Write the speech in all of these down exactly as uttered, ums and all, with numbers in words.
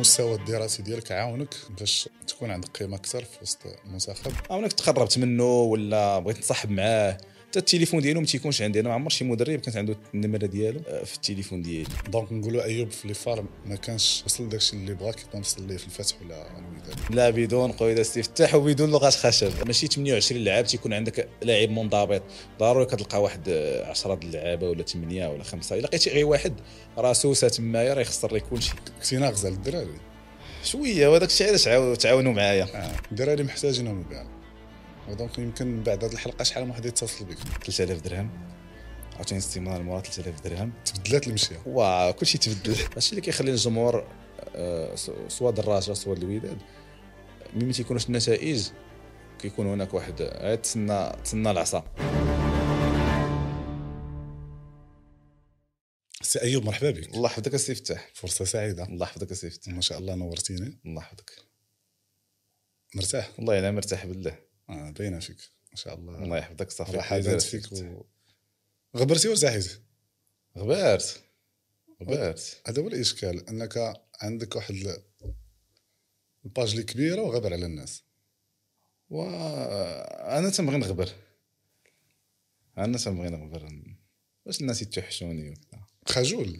المستوى الدراسي ديالك عاونك باش تكون عندك قيمه اكثر في وسط المنتخب؟ عاونك تقربت منه ولا بغيت نصاحب معاه؟ حتى التليفون ديالو ما تيكونش عندي، انا ما عمر شي مدرب كانت عنده النمره ديالو في التليفون ديالي. دونك نقولوا ايوب في لي فارم ما كانش وصل داكشي اللي بغا كيكون وصل ليه في الفتح ولا الوداد؟ لا بدون قيود استفتاح وبدون لغات خشب. ماشي ثمانية وعشرين لاعب تيكون عندك لاعب منضبط، ضروري كتلقى واحد عشرة د اللعابه ولا ثمانية ولا خمسة. الا لقيتي غير واحد راسو تمايا راه يخسر لك كلشي. كنتي ناغز على الدراري شويه، وهذاك الشيء علاش تعاونوا معايا. آه. الدراري محتاجينهم كاع، ودونك يمكن بعد هذه الحلقه شحال من واحد يتصل بك؟ ثلاثة آلاف درهم عاوتاني استمرار المرات ثلاثة آلاف درهم تبدلات المشيه. واه كلشي تبدل. هادشي اللي كيخلي الجمهور سواء الدراجه سواء الوداد ملي ما تيكونوش النتائج كيكون هناك واحد عاد تسنى تسنى العصا. سي ايوب مرحبا بك. الله يحفظك السي فتاح. فرصه سعيده. الله يحفظك السي فتاح. ما شاء الله نورتيني. الله يحفظك. مرتاح؟ والله انا مرتاح بالله. اه باينه فيك ما شاء الله. الله يحفظك. صافي حاجات فيك و... غبرتي ولا زاحيتي؟ غبرت غبرت. هذا هو الاشكال، انك عندك واحد الباج اللي كبيره وغبر على الناس. وانا تنبغي نغبر، انا تنبغي نغبر باش الناس يتوحشوني وكذا. خجول؟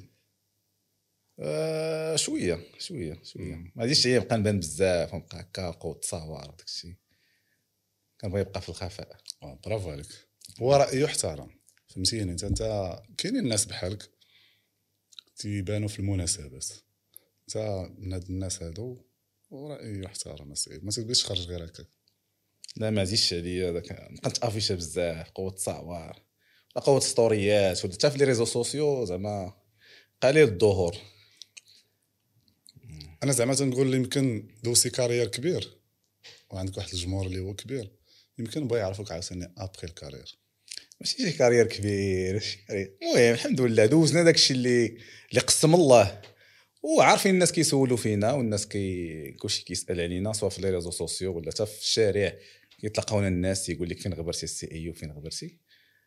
آه شويه شويه شويه. ما غاديش يبقى نبان بزاف ونبقى هكا قوت تصاور داك الشيء، كنبغي يبقى في الخفاء. اه برافو عليك. هو راي يحترم، فهمتيني انت انت كاينين الناس بحالك تيبانوا في المناسبات، انت من هاد الناس هادو وراي يحترم. السيد ما تبغيش تخرج غير هكا. لا ما عزيزش عليا داك نبقى نتافيشا بزاف قوه تصاور ولا قوه ستوريات ولا حتى في لي ريزو سوسيو زعما قليل الظهور. انا زعما تنقول يمكن دوسي كارير كبير وعندك واحد الجمهور اللي هو كبير، يمكن بغا يعرفوك عاوتاني ابخي الكارير. ماشي شي كارير كبير شي كارير. المهم الحمد لله دوزنا داكشي اللي اللي قسم الله، وعارفين الناس كيسولوا فينا والناس كي كلشي كيسال علينا سواء في لي ريزو سوسيو ولا حتى في الشارع كيتلاقاونا الناس يقول لك فين غبرتي السي ايوب فين غبرتي.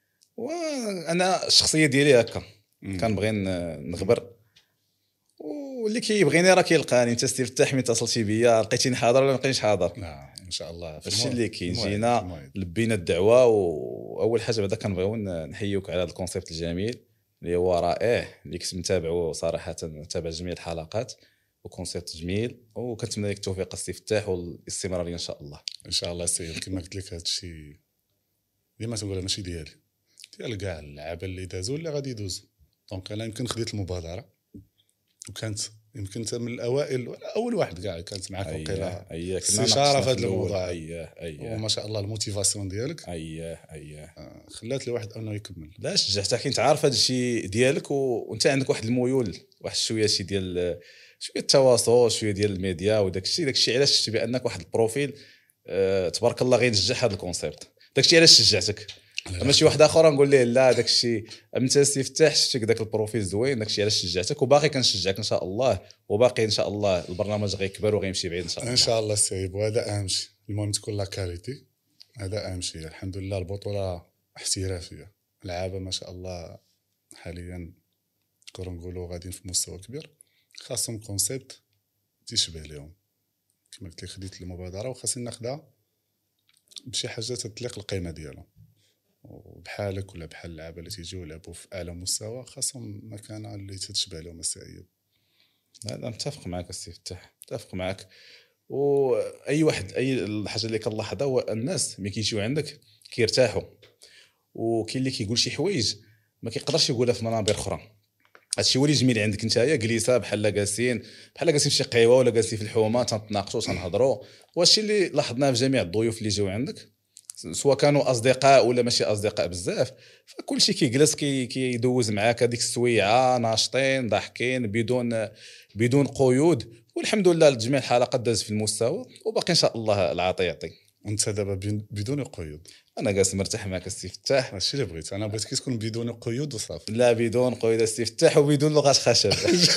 وانا الشخصيه ديالي هكا كنبغي نغبر، واللي كيبغيني راه كيلقاني. انت استفتح من اتصلتي بيا لقيتيني حاضر ولا ما لقيتينيش حاضر؟ لا ان شاء الله هادشي اللي كاين. جينا لبينا الدعوه، واول حاجه بعدا كنبغيو نحييوك على هذا الكونسيبت الجميل اللي هو رائع اللي كنت متابعه صراحه، متابع جميع الحلقات وكونسيبت جميل، وكنتمنى لك التوفيق الاستفتاح والاستمراريه ان شاء الله. ان شاء الله سيد. كما قلت لك هادشي ديما تنقولها ماشي ديالي، ديال كاع اللعابه اللي دازوا اللي غادي يدوزوا. دونك انا يمكن خديت المبادره وكانت يمكن انت من الاوائل ولا اول واحد كاع كانت معك وقيله استشاره في هذا الموضوع. اييه اييه وما شاء الله الموتيفاسيون ديالك اييه اييه آه خلات الواحد انه يكمل. لا شجعتك، انت عارف هذا الشيء ديالك وانت عندك واحد الميول واحد شويه شي ديال شويه التواصل شويه ديال الميديا وداك الشيء. داك الشيء علاش شفت بانك واحد البروفيل آه تبارك الله غينجح هذا الكونسيبت. داك الشيء علاش شجعتك. اما شي واحد اخر نقول ليه لا داك الشيء انت استفتح شتك داك البروفيل زوين، داك الشيء علاش شجعتك وباقي كنشجعك ان شاء الله، وباقي ان شاء الله البرنامج غيكبر وغيمشي بعيد ان شاء الله. ان شاء الله سيب، وهذا اهم شيء. المهم تكون لا كاليتي، هذا اهم شيء. الحمد لله البطوله احترافيه، لعابه ما شاء الله حاليا نقدروا نقولوا غاديين في مستوى كبير، خاصهم كونسيبت تيشبه لهم. كما قلت لك خديت المبادره وخاصني ناخذها بشي حاجه تتليق القيمه ديالهم، وبحالك ولا بحال اللعابه اللي تيجيو يلعبوا في اعلى مستوى خاصهم مكانه اللي تتشبه لهم. السي ايوب انا متفق معك السي فتاح، متفق معك. واي واحد اي الحاجه اللي كنلاحظها هو الناس ملي كيجيو عندك كيرتاحوا، وكاين اللي كيقول شي حوايج ما كيقدرش يقولها في منابر اخرى. هادشي هو اللي جميل عندك نتايا، جليسه بحال جالسين بحال جالسين في شي قهوه ولا جالسين في الحومه تنتناقشوا تنهضروا. وهادشي اللي لاحظناه في جميع الضيوف اللي جاو عندك سواء كانوا اصدقاء ولا ماشي اصدقاء بزاف، فكل شيء كيجلس كي كيدوز معاك هذيك السويعه ناشطين ضاحكين بدون بدون قيود. والحمد لله جميع الحلقات داز في المستوى وباقي ان شاء الله العطي يعطي. وانت دابا بدون قيود. انا جالس مرتاح معك السي فتاح. هادشي اللي بغيت انا، بغيتك تكون بدون قيود وصافي. لا بدون قيود السي فتاح وبدون لغات خشب.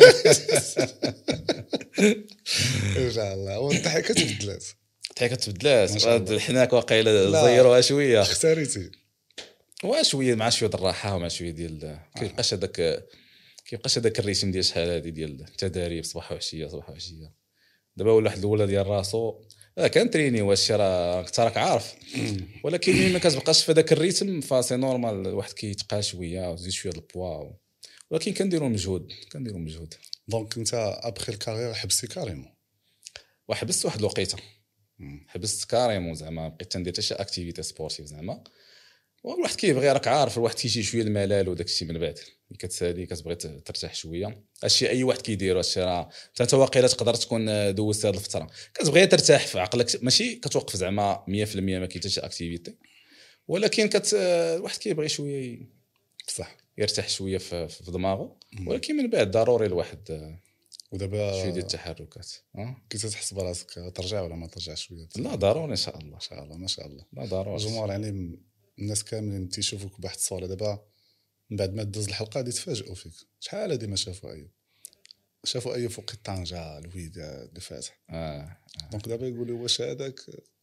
ان شاء الله. والضحكه تبدلات الضحكه تبدلات الحناك واقيلا زيروها شويه اختاريتي وشويه مع شويه الراحه ومع شويه ديال كيبقاش هذاك كيبقاش هذاك الريتم ديال شحال هذه ديال التدريب صباح وعشيه صباح وعشيه. دابا ولا واحد الاولى ديال راسو اه كان تريني واش راه انت راك عارف ولكن ملي ما كتبقاش في هذاك الريتم فسي نورمال الواحد كيتقى شويه وزيد شويه البوا ولكن كنديروا مجهود كنديروا مجهود دونك انت ابخي الكارير حبستي كاريمون وحبست واحد الوقيته حبست كاريمون زعما بقيت تندير حتى شي اكتيفيتي سبورتيف زعما والواحد كيبغي راك عارف الواحد كيجي شويه الملل وداك الشيء من بعد ملي كتسالي كتبغي ترتاح شويه هادشي اي واحد كيديرو هادشي راه انت واقيلا تقدر تكون دوزت هاد الفتره كتبغي ترتاح في عقلك ماشي كتوقف زعما مية في المية ما كاين حتى شي اكتيفيتي ولكن كت الواحد كيبغي شويه صح يرتاح شويه في, في دماغه ولكن من بعد ضروري الواحد ودابا شويه ديال التحركات اه كنت تحس براسك ترجع ولا ما ترجع شويه لا ضروري ان شاء الله ان شاء الله ما شاء الله لا ضروري الجمهور يعني الناس كاملين تيشوفوك بواحد الصوره دابا من بعد ما دوز الحلقه غادي يتفاجئوا فيك شحال هادي ما شافوا ايوب شافوا ايوب فوق طنجه الوداد اللي فاتح اه, آه. دونك دابا يقولوا واش هذاك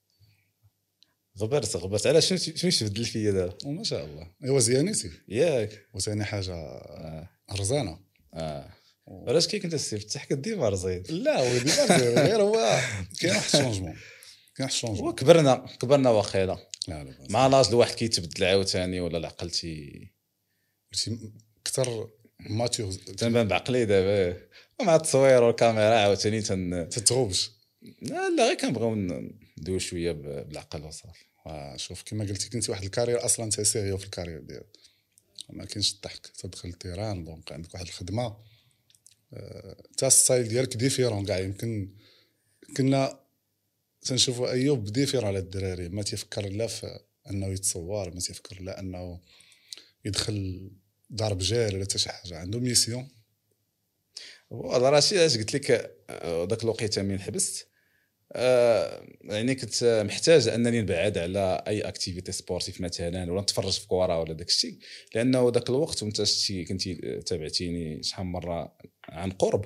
غبرت غبرت على شنو شنو تبدل فيا دابا وما شاء الله ايوا زيانيتي ياك وثاني حاجه اه رزانه اه علاش كي كنت السيفتح كديما رزيد لا ولدي غير هو كاين واحد الشونجمون كاين واحد الشونجمون وكبرنا كبرنا واخيلا لا لا مع لاج الواحد كيتبدل عاوتاني ولا العقل تي اكثر ماتيور تنبان بعقلي دابا مع التصوير والكاميرا عاوتاني تن تتغوبش لا لا غير كنبغيو ندوي شويه بالعقل وصافي شوف كما قلتي كنتي واحد الكارير اصلا انت سيريو في الكارير ديالك ما كاينش الضحك تدخل التيران دونك عندك واحد الخدمه حتى الستايل ديالك ديفيرون كاع يمكن كنا تنشوفوا ايوب ديفيرون على الدراري ما تيفكر لا في انه يتصور ما تيفكر لا انه يدخل ضرب جال ولا حتى شي حاجه عنده ميسيون والله راه شي علاش قلت لك داك الوقيته من حبست آه يعني كنت محتاج انني نبعد على اي اكتيفيتي سبورتيف مثلا ولا نتفرج في كره ولا داك الشيء لانه داك الوقت وانت شتي كنتي تابعتيني شحال من مره عن قرب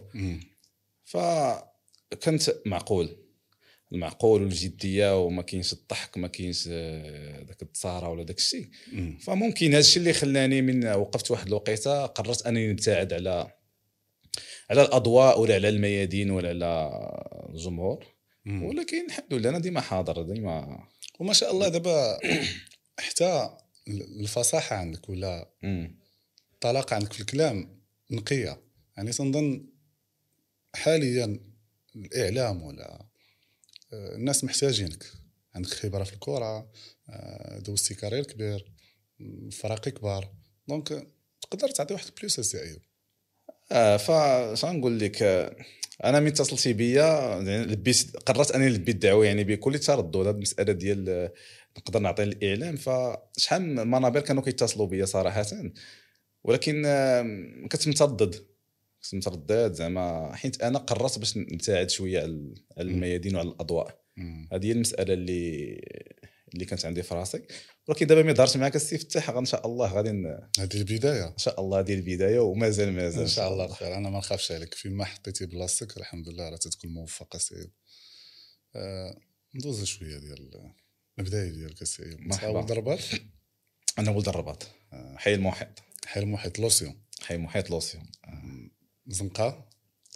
فكنت معقول المعقول والجديه وما كاينش الضحك ما كاينش داك التصاره ولا داك الشيء فممكن هذا الشيء اللي خلاني من وقفت واحد الوقيته قررت انني نبتعد على على الاضواء ولا على الميادين ولا على الجمهور ولكن الحمد لله انا ديما حاضر ديما وما شاء الله دابا حتى الفصاحه عندك ولا الطلاقه عندك في الكلام نقيه يعني تنظن حاليا الاعلام ولا الناس محتاجينك عندك خبره في الكره دوزتي كارير كبير فرق كبار دونك تقدر تعطي واحد بلوس سي ايوب اه فاش نقول لك انا من اتصلتي بيا يعني لبيت قررت انني نلبي الدعوه يعني بكل تردد هذه المساله ديال نقدر نعطي الاعلام فشحال من منابر كانوا كيتصلوا بيا صراحه ولكن كنت متردد كنت متردد زعما حيت انا قررت باش نبتعد شويه على الميادين وعلى الاضواء هذه هي المساله اللي اللي كانت عندي في راسي ولكن دابا ملي ظهرت معاك السي فتاح ان شاء الله غادي هذه البدايه ان شاء الله هذه البدايه ومازال مازال ان شاء الله خير انا ما نخافش عليك فيما حطيتي بلاصتك الحمد لله راه تتكون موفقه سي أه ندوز شويه ديال البدايه ديالك السي مرحبا ولد الرباط انا ولد الرباط أه حي المحيط حي المحيط لوسيون حي المحيط لوسيون أه زنقه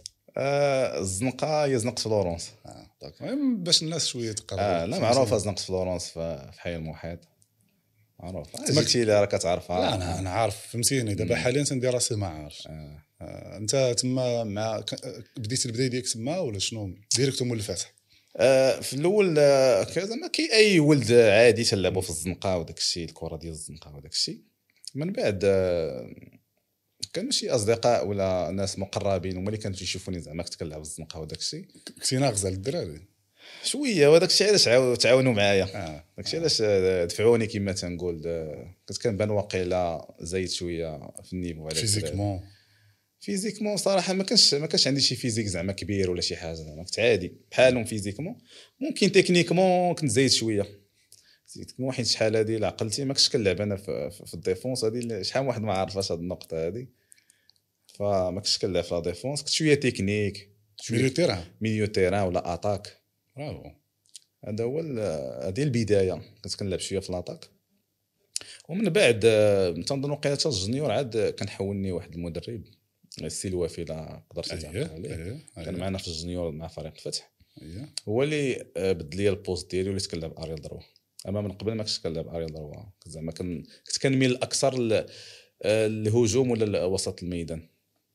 آه الزنقه هي زنقه فلورنس اه داك المهم باش الناس شويه تقربوا آه لا معروفه زنقه فلورنس في حي المحيط معروف جيتي لي راه كتعرفها لا انا انا عارف فهمتيني دابا حاليا تندير راسي ما عارفش آه. آه انت تما مع بديتي البدايه ديالك تما ولا شنو ديريكت مول الفتح آه في الاول آه زعما كي اي ولد عادي تلعبوا في الزنقه وداك الشيء الكره ديال الزنقه وداك الشيء من بعد آه كانوا شي اصدقاء ولا ناس مقربين هما اللي كانوا يشوفوني زعما كنت كنلعب الزنقه وداك الشيء كنتي ناغز على الدراري شويه وداك الشيء علاش تعاونوا معايا آه. داك الشيء علاش دفعوني كما تنقول كنت كنبان واقيلا زايد شويه في النيفو على فيزيكمون فيزيكمون صراحه ما كانش ما كانش عندي شي فيزيك زعما كبير ولا شي حاجه زعما كنت عادي بحالهم فيزيكمون ممكن تكنيكمون كنت زايد شويه زيدكمون حيت شحال هادي لا عقلتي ما كنتش كنلعب انا في, في الديفونس هادي شحال واحد ما عارفاش هاد النقطه هادي فما كنتش كنلعب في لا ديفونس كنت شويه تكنيك ميليو تيران ميليو تيران ولا اتاك برافو هذا هو هذه البدايه كنت كنلعب شويه في لاطاك ومن بعد تنظن وقيته الجونيور عاد كان حولني واحد المدرب السي الوافي لا قدرتي تعرف عليه كان معنا في الجونيور مع فريق الفتح اييه هو اللي آه، بدل لي البوست ديالي وليت كنلعب اريال ضربه. اما من قبل ما كنتش كنلعب اريال ضربه، زعما كن- كنت كنميل اكثر ل- آه، للهجوم ولا وسط الميدان.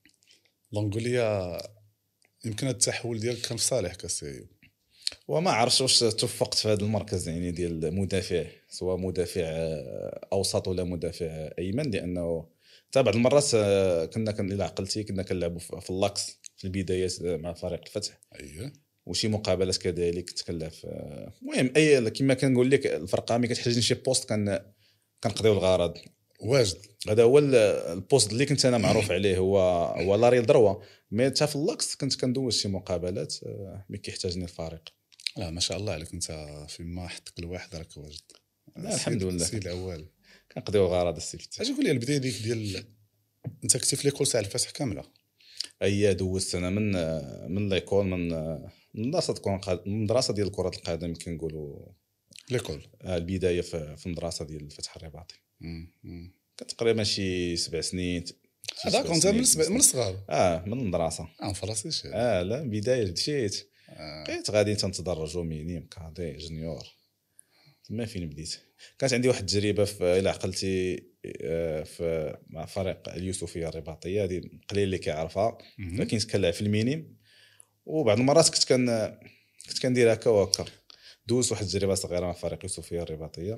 دونك قول لي، يمكن هاد التحول ديالك كان في صالحك السي أيوب. وما عرفتش واش توفقت في هذا المركز يعني ديال مدافع، سواء مدافع آه، اوسط ولا مدافع ايمن، لانه حتى بعض المرات آه، كنا كن الا عقلتي كنا كنلعبوا في في اللاكس في البدايات مع فريق الفتح، اييه وشي مقابلات كذلك كنت كنلعب في- المهم اي كما كنقول لك الفرقه ملي كتحتاجني شي بوست كان كنقضيو الغرض. واجد. هذا هو ال- البوست اللي كنت انا معروف عليه، هو هو لاريل ضروه. مي حتى في اللاكس كنت كندوز شي مقابلات آه، ملي كيحتاجني الفريق. لا ما شاء الله عليك، انت فيما حطك الواحد راك واجد. لا الحمد لله السيد الاول. كنقضيو الغرض السيفت. اجي قول لي البدايه ديك ديال، انت كنتي في ليكول ساعه الفتح كامله؟ اي دوزت انا من من ليكول، من من مدرسه كره القدم، من مدرسه ديال كره القدم كنقولوا ليكول. آه، البدايه في في المدرسه ديال الفتح الرباطي. مم، مم. كان تقريبا شي سبع سنين. شي هذاك سبع انت سنين، من ثمان الصغ- من سنين. الصغار. اه من المدرسه. اه ما فراسيش هذا. اه لا بدايه مشيت آه. بقيت غادي تنتدرجوا مينيم كادي جونيور. تما فين بديت كانت عندي واحد التجربه في الى عقلتي آه، في مع فريق اليوسفيه الرباطيه، هذه قليل اللي كيعرفها، مهم. لكن كنت كنلعب في المينيم. وبعض المرات كنت كان كنت كندير هكا وهكا. دوزت واحد التجربه صغيره مع فريق اليوسفيه الرباطيه،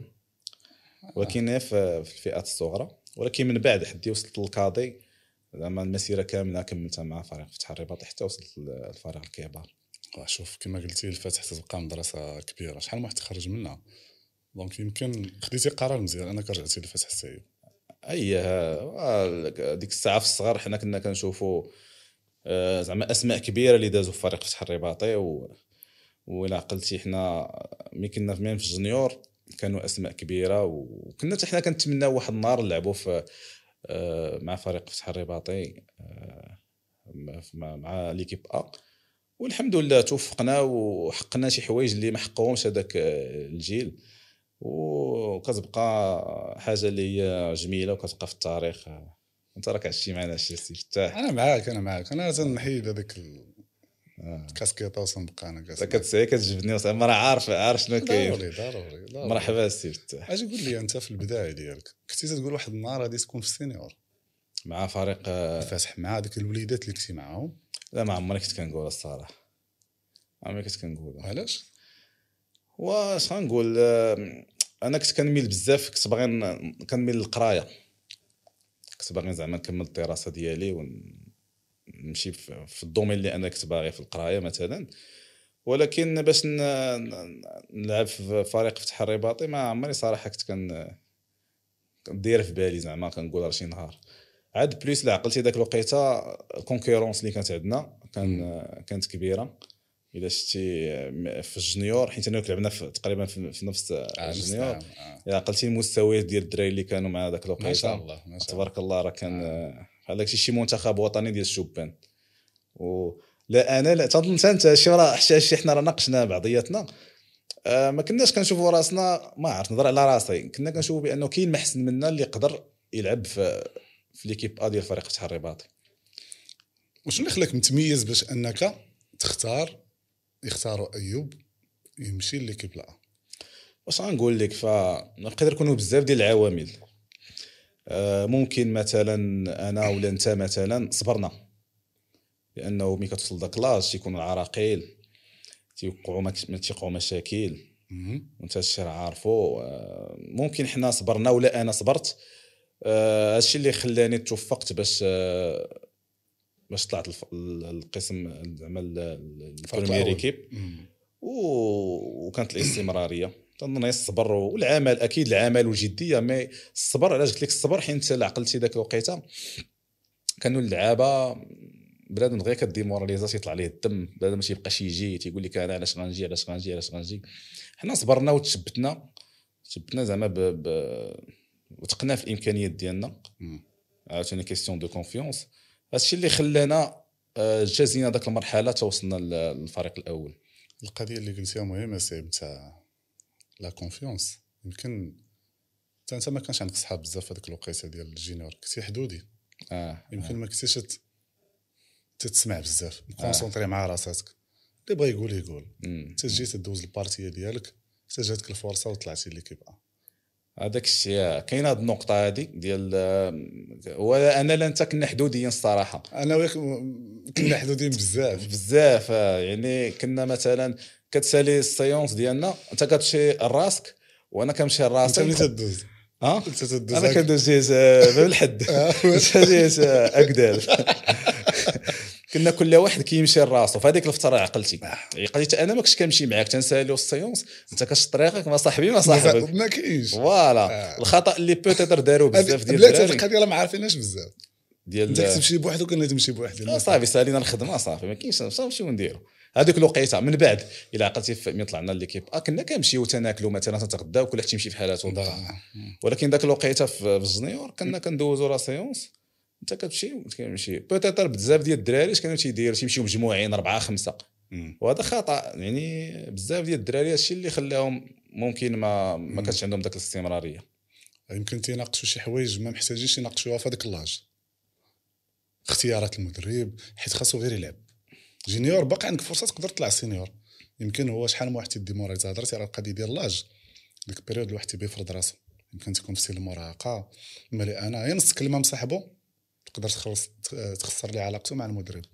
ولكن في في الفئات الصغرى. ولكن من بعد حدي وصلت للكادي، زعما المسيره كامله كملتها مع فريق فتح الرباط حتى وصلت للفريق الكبار. آه، شوف كما قلتي الفتح تبقى مدرسه كبيره، شحال من واحد تخرج منها، دونك يمكن خديتي قرار مزيان انك رجعتي للفتح السيد. اي ها- ديك الساعه في الصغر حنا كنا كنشوفوا آه، زعما اسماء كبيره اللي دازوا في فريق فتح الرباطي، و ولا عقلتي حنا ملي كنا في في الجونيور كانوا اسماء كبيره، وكنا حتى حنا كنتمناو واحد النهار نلعبوا في آه، مع فريق فتح الرباطي آه، مع مع ليكيب ا. والحمد لله توفقنا وحققنا شي حوايج اللي ما حققوهمش هذاك آه، الجيل، وكتبقى حاجه اللي هي جميله وكتبقى في التاريخ. انت راك عشتي معنا الشيء السي فتاح. انا معاك انا معاك انا تنحيد هذاك الكاسكيطه وصنبقى انا كاس. كتسعي كتجبدني وصافي، راه عارف عارف شنو كاين. ضروري ضروري ضروري. مرحبا السي فتاح. اجي قول لي انت في البدايه ديالك كنتي تقول واحد النهار غادي تكون في السينيور مع فريق آه، الفتح مع هذيك الوليدات اللي كنتي معاهم؟ لا ما عمري كنت كنقول الصراحه، ما عمري كنت كنقول. علاش؟ واش غنقول آه، انا كنت كنميل بزاف، كنت باغي ن- كنميل للقرايه، كنت باغي زعما نكمل الدراسه ديالي ونمشي في في الدومين اللي انا كنت باغي في القرايه مثلا. ولكن باش ن- ن- نلعب في فريق فتح الرباطي ما عمري صراحه كنت كن كندير في بالي، زعما كنقول راه شي نهار عاد بليس. لا عقلتي داك الوقيته الكونكورونس اللي كانت عندنا كان كانت كبيره. الا شتي في الجونيور، حيت انا لعبنا في تقريبا في في نفس الجونيور، الا عقلتي المستويات ديال الدراري اللي كانوا مع داك الوقيته ما شاء الله ما شاء الله تبارك الله، راه كان بحال داكشي شي منتخب وطني ديال الشبان. و لا انا لا تظن انت شي راه شي حنا راه ناقشنا بعضياتنا آه ما كناش كنشوفوا راسنا، ما عرفت نهضر على راسي، كنا كنشوفوا بانه كاين محسن منا اللي يقدر يلعب في في ليكيب ا ديال فريق فتح الرباطي. وشنو اللي خلاك متميز باش انك تختار يختاروا ايوب يمشي ليكيب لا؟ واش غنقول لك، فنقدر يكونوا بزاف ديال العوامل. آه ممكن مثلا انا ولا انت مثلا صبرنا، لانه ملي كتوصل داك لاج تيكون العراقيل تيوقعوا ما تيوقعوا مشاكل وانت هادشي راه عارفو. آه ممكن حنا صبرنا ولا انا صبرت، آه هادشي اللي خلاني توفقت باش آه باش طلعت الف... القسم زعما البريمير ايكيب، وكانت الاستمراريه تنظن الصبر والعمل، اكيد العمل والجديه. مي الصبر علاش قلت لك الصبر، حيت عقلتي داك الوقيته كانوا اللعابه بنادم غير كديموراليزا تيطلع ليه الدم، بنادم ما تيبقاش يجي تيقول لك انا علاش غنجي علاش غنجي علاش غنجي. حنا صبرنا وتثبتنا تثبتنا زعما ب... ب... وثقنا في الامكانيات ديالنا، عاوتاني كيستيون دو كونفيونس. هادشي اللي خلانا جازينا داك المرحله توصلنا للفريق الاول. القضيه اللي قلتيها مهمه سيب تاع لا كونفيونس. يمكن انت ما كانش عندك صحاب بزاف في هذيك الوقيته ديال الجينيور، كنتي حدودي. اه يمكن آه. ما كنتيش تتسمع بزاف، كونسونطري آه. مع راسك. اللي بغى يقول يقول مم. انت جيت تدوز البارتيه ديالك حتى جاتك الفرصه وطلعتي ليكيب ا هذاك الشيء كاين هذه النقطه هذه ديال وانا لا انت كنا حدوديين الصراحه انا وياك كنا حدودين بزاف بزاف. آه، يعني كنا مثلا كتسالي السيونس ديالنا انت كتمشي لراسك وانا كنمشي انت لراسي. ملي تدوز ها انت تدوز انا هاك. كندوز جيت باب الحد انت جيت اكدال. كنا كل واحد كيمشي لراسو في هذيك الفتره. عقلتي عقلتي انا ما كنتش كنمشي معاك تنساليو السيونس انت كتشط طريقك ما صاحبي ما صاحبك ما كاينش فوالا. آه. الخطا اللي بوتيتر داروا بزاف ديال بلاتي هاد الدراري القضيه راه ما عارفيناش بزاف ديال انت كتمشي بوحدك ولا تمشي بوحدك لا صافي سالينا الخدمه صافي ما كاينش نمشيو نديرو هذيك الوقيته. من بعد الا عقلتي ملي طلعنا ليكيب اه كنا كنمشيو تناكلوا مثلا تنتغداو كل واحد تيمشي في حالاته وبقى. ولكن ذاك الوقيته في الجونيور كنا كندوزو لا سيونس انت كتمشي وكتمشي بوتيتر بزاف ديال الدراري كانوا تيديروا تيمشيو مجموعين اربعه خمسه وهذا خطا. يعني بزاف ديال الدراري هادشي اللي خلاهم ممكن ما ما كانش عندهم ذاك الاستمراريه. يمكن تيناقشوا شي حوايج ما محتاجينش يناقشوها في هذاك اللاج. اختيارات المدرب حيت خاصو غير يلعب جونيور باقي عندك فرصه تقدر تطلع سينيور. يمكن هو شحال من واحد تيدي مورا هضرتي على القضيه ديال لاج ديك البيريود الواحد تيبيفرض راسو يمكن تكون في سن المراهقه. ملي انا هي نص كلمه مصاحبه تقدر تخلص تخسر لي علاقته مع المدرب.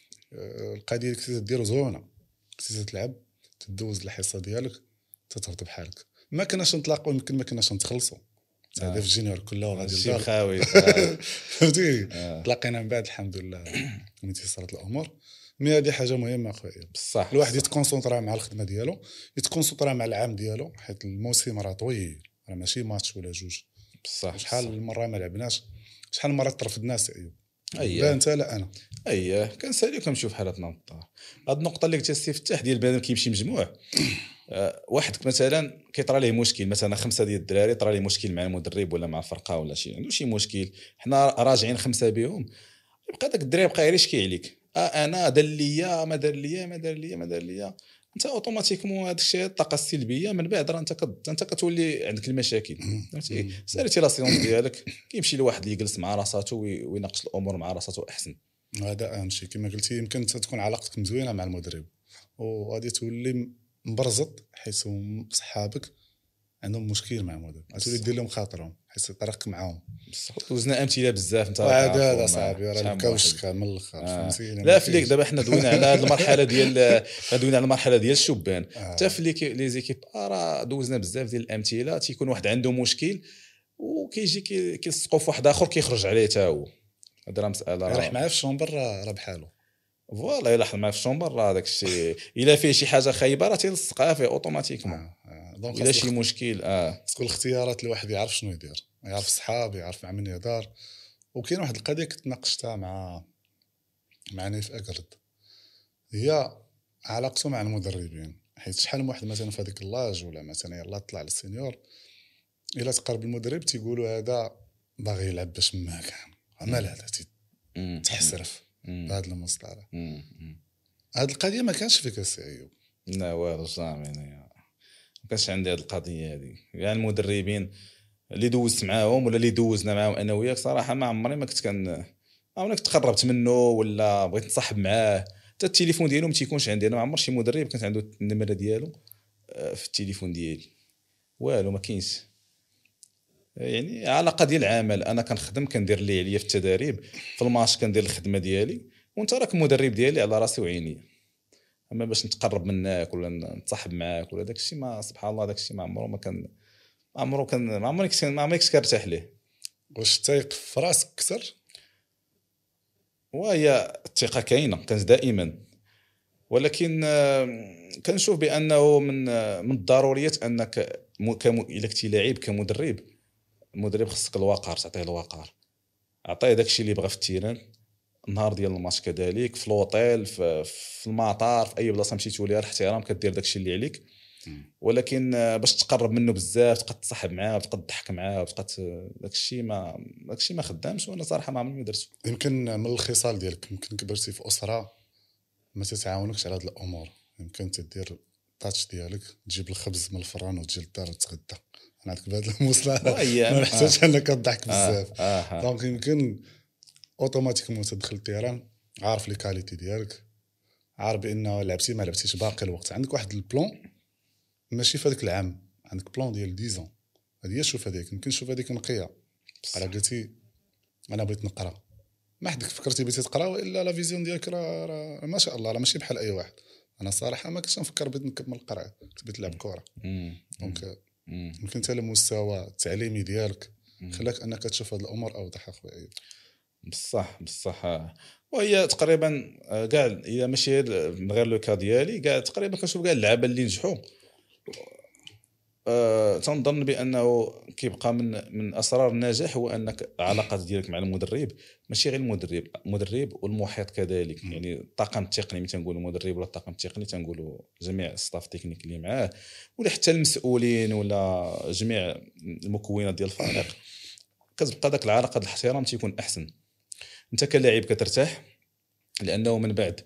القضيه اللي كنتي ديرو زوينه كنتي تلعب تدوز الحصه ديالك تتهرب بحالك. ما كناش نتلاقاو يمكن ما كناش نتخلصوا هذا في الجونيور كله غادي شي خاوي فهمتي. تلاقينا من بعد الحمد لله ملي تيسرت الامور. مي هذه حاجه مهمه اخويا بصح الواحد يتكونسونطرا مع الخدمه ديالو يتكونسونطرا مع العام ديالو حيت الموسم راه طويل راه ماشي ماتش ولا جوج. بصح شحال المره ما لعبناش شحال المره ترفدنا ايوب اييه لا انت لا انا اييه كنساليو كنمشيو في حالتنا الدار. هاد النقطه اللي قلتي استفتاح ديال بنادم كيمشي مجموع. أه واحد مثلا كيطرى ليه مشكل مثلا خمسه ديال الدراري طرى ليه مشكل مع المدرب ولا مع الفرقه ولا شي عنده شي مشكل حنا راجعين خمسه بهم يبقى داك الدراري بقى غير يشكي عليك اه انا دار ليا ما دار ليا ما دار ليا ما دار ليا انت اوتوماتيكمون هذاك الشيء الطاقه السلبيه من بعد راه انت كد... انت كتولي عندك المشاكل فهمتي. ساليتي لا سيونس ديالك كيمشي لواحد اللي يجلس مع راساتو ويناقش الامور مع راساتو احسن. هذا اهم شيء كما قلتي. يمكن تكون علاقتك مزوينه مع المدرب وغادي تولي مبرزط حيت صحابك عندهم مشكل مع المدرب غتولي دير لهم خاطرهم حيت طريقك معاهم. وزنا امثله بزاف انت هذا هذا صاحبي راه الكاوش من الاخر آه. فهمتي. لا فليك دابا حنا دوينا على هذه المرحله ديال دوينا على المرحله ديال الشبان حتى آه. فليك لي زيكيب راه دوزنا بزاف ديال الامثله تيكون واحد عنده مشكل وكيجي كيلصقوا في واحد اخر كيخرج عليه حتى هو. هذا راه مساله راح معاه في الشومبر راه بحالو فوالا الا حل معاه في الشومبر راه داك الشيء الا فيه شي حاجه خايبه راه تيلصقها فيه اوتوماتيكمون. آه. آه. دونك الا شي مشكل اه تكون الاختيارات الواحد يعرف شنو يدير يعرف الصحاب يعرف مع من يدار. وكاين واحد القضيه كنت ناقشتها مع مع نيف اكرد هي علاقته مع المدربين. حيت شحال من واحد مثلا في هذيك اللاج ولا مثلا يلاه طلع للسينيور الا تقرب المدرب تيقولوا هذا باغي يلعب باش ما كان عمل هذا تحسرف بهذا المصطلح. هذه القضيه ما كانش فيك السي. لا والو جامي ما كانش عندي هذه القضيه هذه. يعني المدربين اللي دوزت معاهم ولا اللي دوزنا معاهم انا وياك صراحه ما عمري ما كنت كان عمري كنت قربت منه ولا بغيت نصاحب معاه. حتى التليفون ديالو ما تيكونش عندي انا ما عمر شي مدرب كانت عنده النمره ديالو في التليفون ديالي والو ما كاينش. يعني علاقه ديال العمل انا كنخدم كندير اللي عليا في التدريب في الماتش كندير الخدمه ديالي وانت راك المدرب ديالي على راسي وعيني. اما باش نتقرب منك ولا نتصاحب معاك ولا داك الشيء ما سبحان الله داك الشيء ما عمره ما كان ما عمره كان ما عمري كنت ما عمري كنت كنرتاح ليه. واش تايق في راسك اكثر؟ وهي الثقه كاينه كانت دائما ولكن كنشوف بانه من من الضروريات انك الا كنتي لاعب كمدرب المدرب خصك الوقار تعطيه الوقار عطيه داكشي اللي بغى في التيران النهار ديال الماتش كذلك في لوطيل في, في المطار في اي بلاصه مشيتو ليها الاحترام كدير داكشي اللي عليك. ولكن باش تقرب منه بزاف تبقى تصاحب معاه وتبقى تضحك معاه وتبقى داكشي ما داكشي ما خدامش وانا صراحه ما عمري ما درتو. يمكن من الخصال ديالك يمكن كبرتي في اسره ما تتعاونوكش على هاد الامور. يمكن تدير الطاتش ديالك تجيب الخبز من الفران وتجي للدار وتتغدى. انا عندك بهذا المصطلح ما محتاجش آه. انك تضحك بزاف. آه. آه. دونك يمكن اوتوماتيكمون تدخل التيران عارف لي كاليتي ديالك عارف بانه لعبتي ما لعبتيش باقي الوقت، عندك واحد البلان ماشي في هذاك العام، عندك بلان ديال عشرة ans، هذه شوف هذيك يمكن تشوف هذيك نقيه على قلتي انا بغيت نقرا، ما حدك فكرتي بغيتي تقرا والا لا فيزيون ديالك راه راه ما شاء الله راه ماشي بحال اي واحد. انا صراحه ما كنتش نفكر بغيت نكمل القراءه، بغيت نلعب كره. دونك يمكن حتى المستوى التعليمي ديالك خلاك انك تشوف هذه الامور اوضح اخويا. بصح بصح وهي تقريبا كاع الا ماشي من غير لو كا ديالي كاع تقريبا كنشوف كاع اللعابه اللي نجحوا أه تنظن بانه كيبقى من من اسرار النجاح هو انك العلاقات ديالك مع المدرب، ماشي غير المدرب المدرب والمحيط كذلك. م. يعني الطاقم التقني ملي تنقولوا المدرب ولا الطاقم التقني تنقولوا جميع الستاف تكنيك اللي معاه ولا حتى المسؤولين ولا جميع المكونات ديال الفريق، كتبقى داك العلاقه ديال الاحترام تيكون احسن. انت كلاعب كترتاح لانه من بعد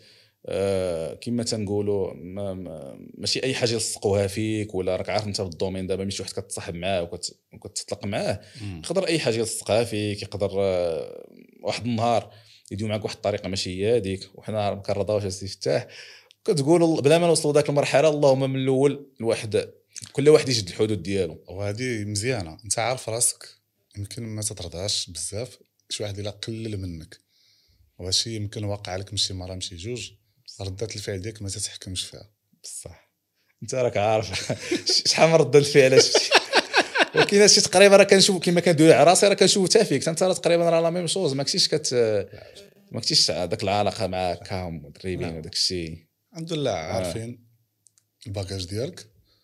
آه كما تنقولوا ما ماشي اي حاجه يلصقوها فيك، ولا راك عارف انت في الدومين دابا ماشي واحد كتصاحب معاه وكت... وكتطلق معاه يقدر اي حاجه يلصقها فيك، يقدر آه واحد النهار يديو معك واحد الطريقه ماشي هي هذيك، وحنا كنرضاوش السي فتاح كتقول بلا ما نوصلوا ذاك المرحله اللهم من الاول الواحد كل واحد يجد الحدود ديالو. وهذه مزيانه، انت عارف راسك يمكن ما تترضاش بزاف شي واحد الا قلل منك، وهادشي يمكن واقع لك مشي مره مشي جوج، ردات الفعل ديالك ما تتحكمش فيها. بصح انت راك عارف شحال من رد الفعل شفتي وكاين شي تقريبا راه كنشوف كما كندوي على راسي راه كنشوف حتى فيك انت تقريبا راه لا ميم شوز، ما كنتيش كت ما كنتيش داك العلاقه مع كام مدربين وداك الشيء. الحمد لله عارفين آه. الباكاج ديالك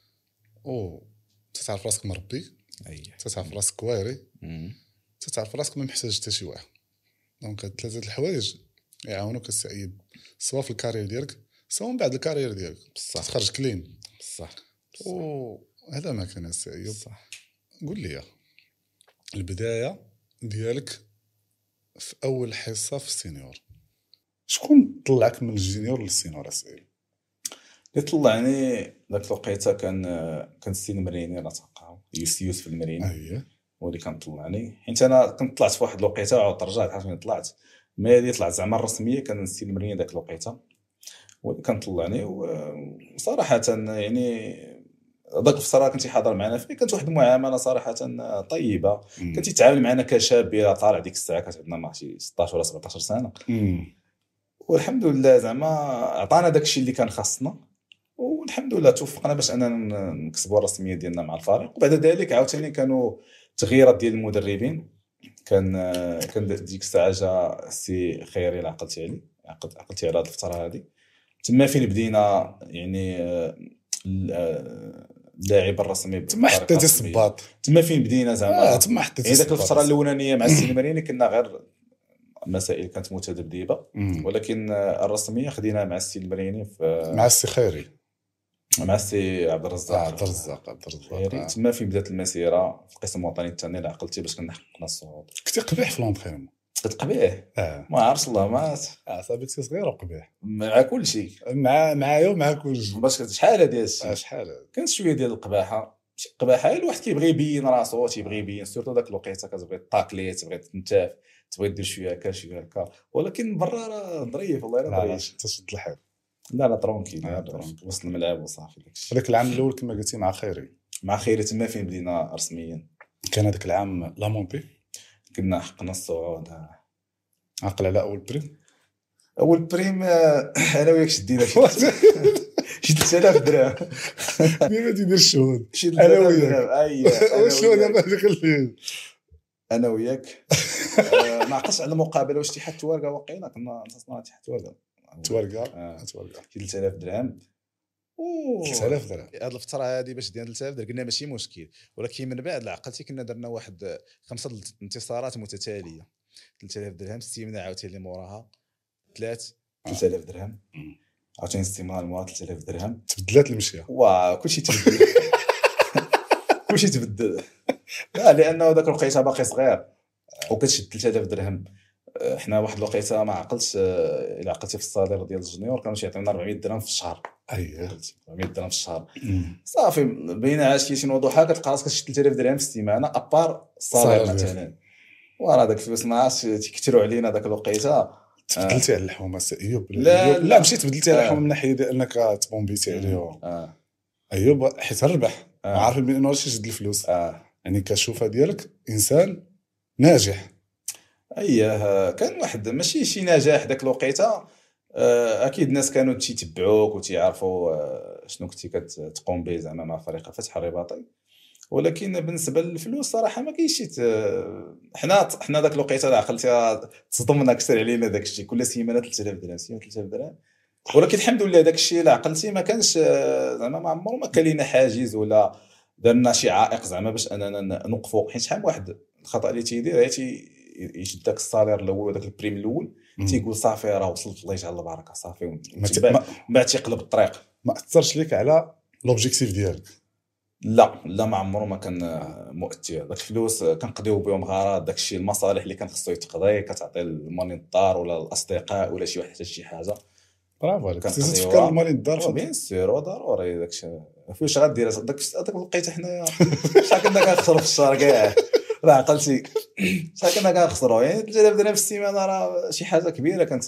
او تعرف راسك مربي، اي تعرف راسك واعري، تعرف راسك ما محتاج حتى شي واحد. دونك ثلاثه الحوايج يعاونوك السعيد سواء في الكارير ديالك سواء من بعد الكارير ديالك، بصح تخرج كلين. بصح وهذا ما كان السعيد. صح. قول لي البدايه ديالك في اول حصه في السينيور، شكون طلعك من الجينيور للسينيور اسئله؟ اللي طلعني ذاك الوقيته كان كان السي المريني راه تلقاو يوسف المريني. اييه هو اللي كان طلعني، حيت انا كنت طلعت في واحد الوقيته وعاود رجعت عرفت فين طلعت، ما اللي طلعت زعما الرسميه كان السي المريني ذاك الوقيته هو اللي كان طلعني. وصراحه يعني ذاك الفتره كنت حاضر معنا فيه، كانت واحد المعامله صراحه طيبه، كنت يتعامل معنا كشاب طالع ديك الساعه كانت عندنا ما شي ستطاش ولا سبعطاش سنه. مم. والحمد لله زعما عطانا داك الشيء اللي كان خاصنا، والحمد لله توفقنا باش اننا نكسبوا الرسميه ديالنا مع الفريق. وبعد ذلك عاوتاني كانوا تغييرات ديال المدربين، كان كان ديك الساعه جا السي خيري اللي عقلتي عليه عقلت عقلتي على هذه الفتره هذه، تما فين بدينا يعني اللاعب الرسمي تما حطيتي الصباط، تما فين بدينا زعما آه تما حطيتي ديك الفتره الاولانيه مع السي المريني كنا غير مسائل كانت متذبذبه، ولكن الرسميه خدينا مع السي المريني في مع السي خيري مع السي عبد الرزاق عبد الرزاق عبد الرزاق تما فين بدات المسيره في القسم الوطني الثاني اللي عقلتي باش كنحققنا الصعود. كنتي قبيح في لونطرينمون؟ كنت قبيح اه ما عرفتش الله ما اه صافي كنتي صغير وقبيح مع كل شيء، مع معايا ومع كل شيء. باش شحال هذا الشيء آه شحال كانت شويه ديال القباحه، شي قباحه الواحد كيبغي يبين راسو، تيبغي يبين سورتو داك الوقيته كتبغي تاكلي تبغي تنتاف تبغي دير شويه هكا شويه هكا، ولكن برا راه ظريف والله الا ظريف تشد الحيط. لا لا ترونكي وصل الملعب وصافي داكشي. هذاك العام الاول كما قلتي مع خيري مع خيري تما فين بدينا رسميا، كان هذاك العام لا مونتي كنا حقنا الصعود. عقل على اول بريم اول بريم انا وياك شدينا شي ثلاثة آلاف درهم ديما تيدير الشهود انا وياك اي الشهود هذاك اللي انا وياك ما عقلتش على المقابله واش تيحت توارقه واقيلا كنا نتصنع تحت توارقه توارقه توارقه شي ثلاثة آلاف درهم او ثلاثة آلاف درهم. هاد الفتره هذه باش دينا ثلاثة آلاف درهم قلنا ماشي مشكل، ولكن من بعد عقلتي كنا درنا واحد خمسه انتصارات متتاليه ثلاثة آلاف درهم، استيمنا عاوتاني موراها ثلاث ثلاثة آلاف درهم، عاوتاني استيمنا موراها ثلاثة آلاف درهم، تبدلات المشيه واه كلشي تبدل كلشي تبدل لا لانه ذاك الوقيته باقي صغير وكتشد ثلاثة آلاف درهم. حنا واحد الوقيته ما عقلتش الا عقلتي في الصالير ديال الجونيور كانوا يعطيونا أربعمية درهم في الشهر. اييه أربعمية درهم في الشهر صافي بين عاشيه شي وضحى كتلقى راسك كتشد ثلاثة آلاف درهم في السيمانه ابار الصالير مثلا، وراه داك الفلوس ما عرفتش تيكثروا علينا داك الوقيته تبدلتي على الحومه سي ايوب لا أيوب. لا, لا مشيت تبدلتي على آه. الحومه من ناحيه ديال انك تبومبيتي عليهم اه ايوب حيت ربح آه. عارف بان راه شي الفلوس اه يعني كشوفه ديالك انسان ناجح. اييه كان واحد ماشي شي نجاح داك الوقيته. آه، اكيد الناس كانوا تيتبعوك وتيعرفوا آه، شنو كنتي كتقوم به زعما مع فريق فتح الرباطي. ولكن بالنسبه للفلوس صراحه ما كاينش شي ت- حنا حنا داك الوقيته لا عقلتي تصدمنا كثر علينا داك الشيء كل سيمانه ثلاثة آلاف درهم سيمانه ثلاثة آلاف درهم. ولكن الحمد لله داك الشيء لا عقلتي ما كانش آه، زعما ما عمره ما كان لينا حاجز ولا درنا شي عائق زعما باش اننا ن- نوقفوا. حيت شحال من واحد الخطا اللي تيدير هي تي يشد داك الصالير الاول وداك البريم الاول تيقول صافي راه وصلت الله يجعل البركه صافي ما ت- وتبع- ما- ما تيقلب الطريق. ما اثرش لك على لوبجيكتيف ديالك. لا لا ما عمره ما كان آه، مؤثر. داك الفلوس آه، كنقضيو بهم غرض داك الشيء المصالح اللي كان خصو يتقضي كتعطي المال الدار ولا الاصدقاء ولا شي واحد حتى شي حاجه برافو عليك كنقضيوها. خصك تفكر المال الدار اه في بيان سور وضروري داك الشيء فاش غدير داك داك الوقيته حنايا شحال كنا كنخسروا في الشهر كاع لا عقلتي شحال كنا كنخسروا يعني ثلاثة آلاف درهم في السيمانه راه شي حاجه كبيره كانت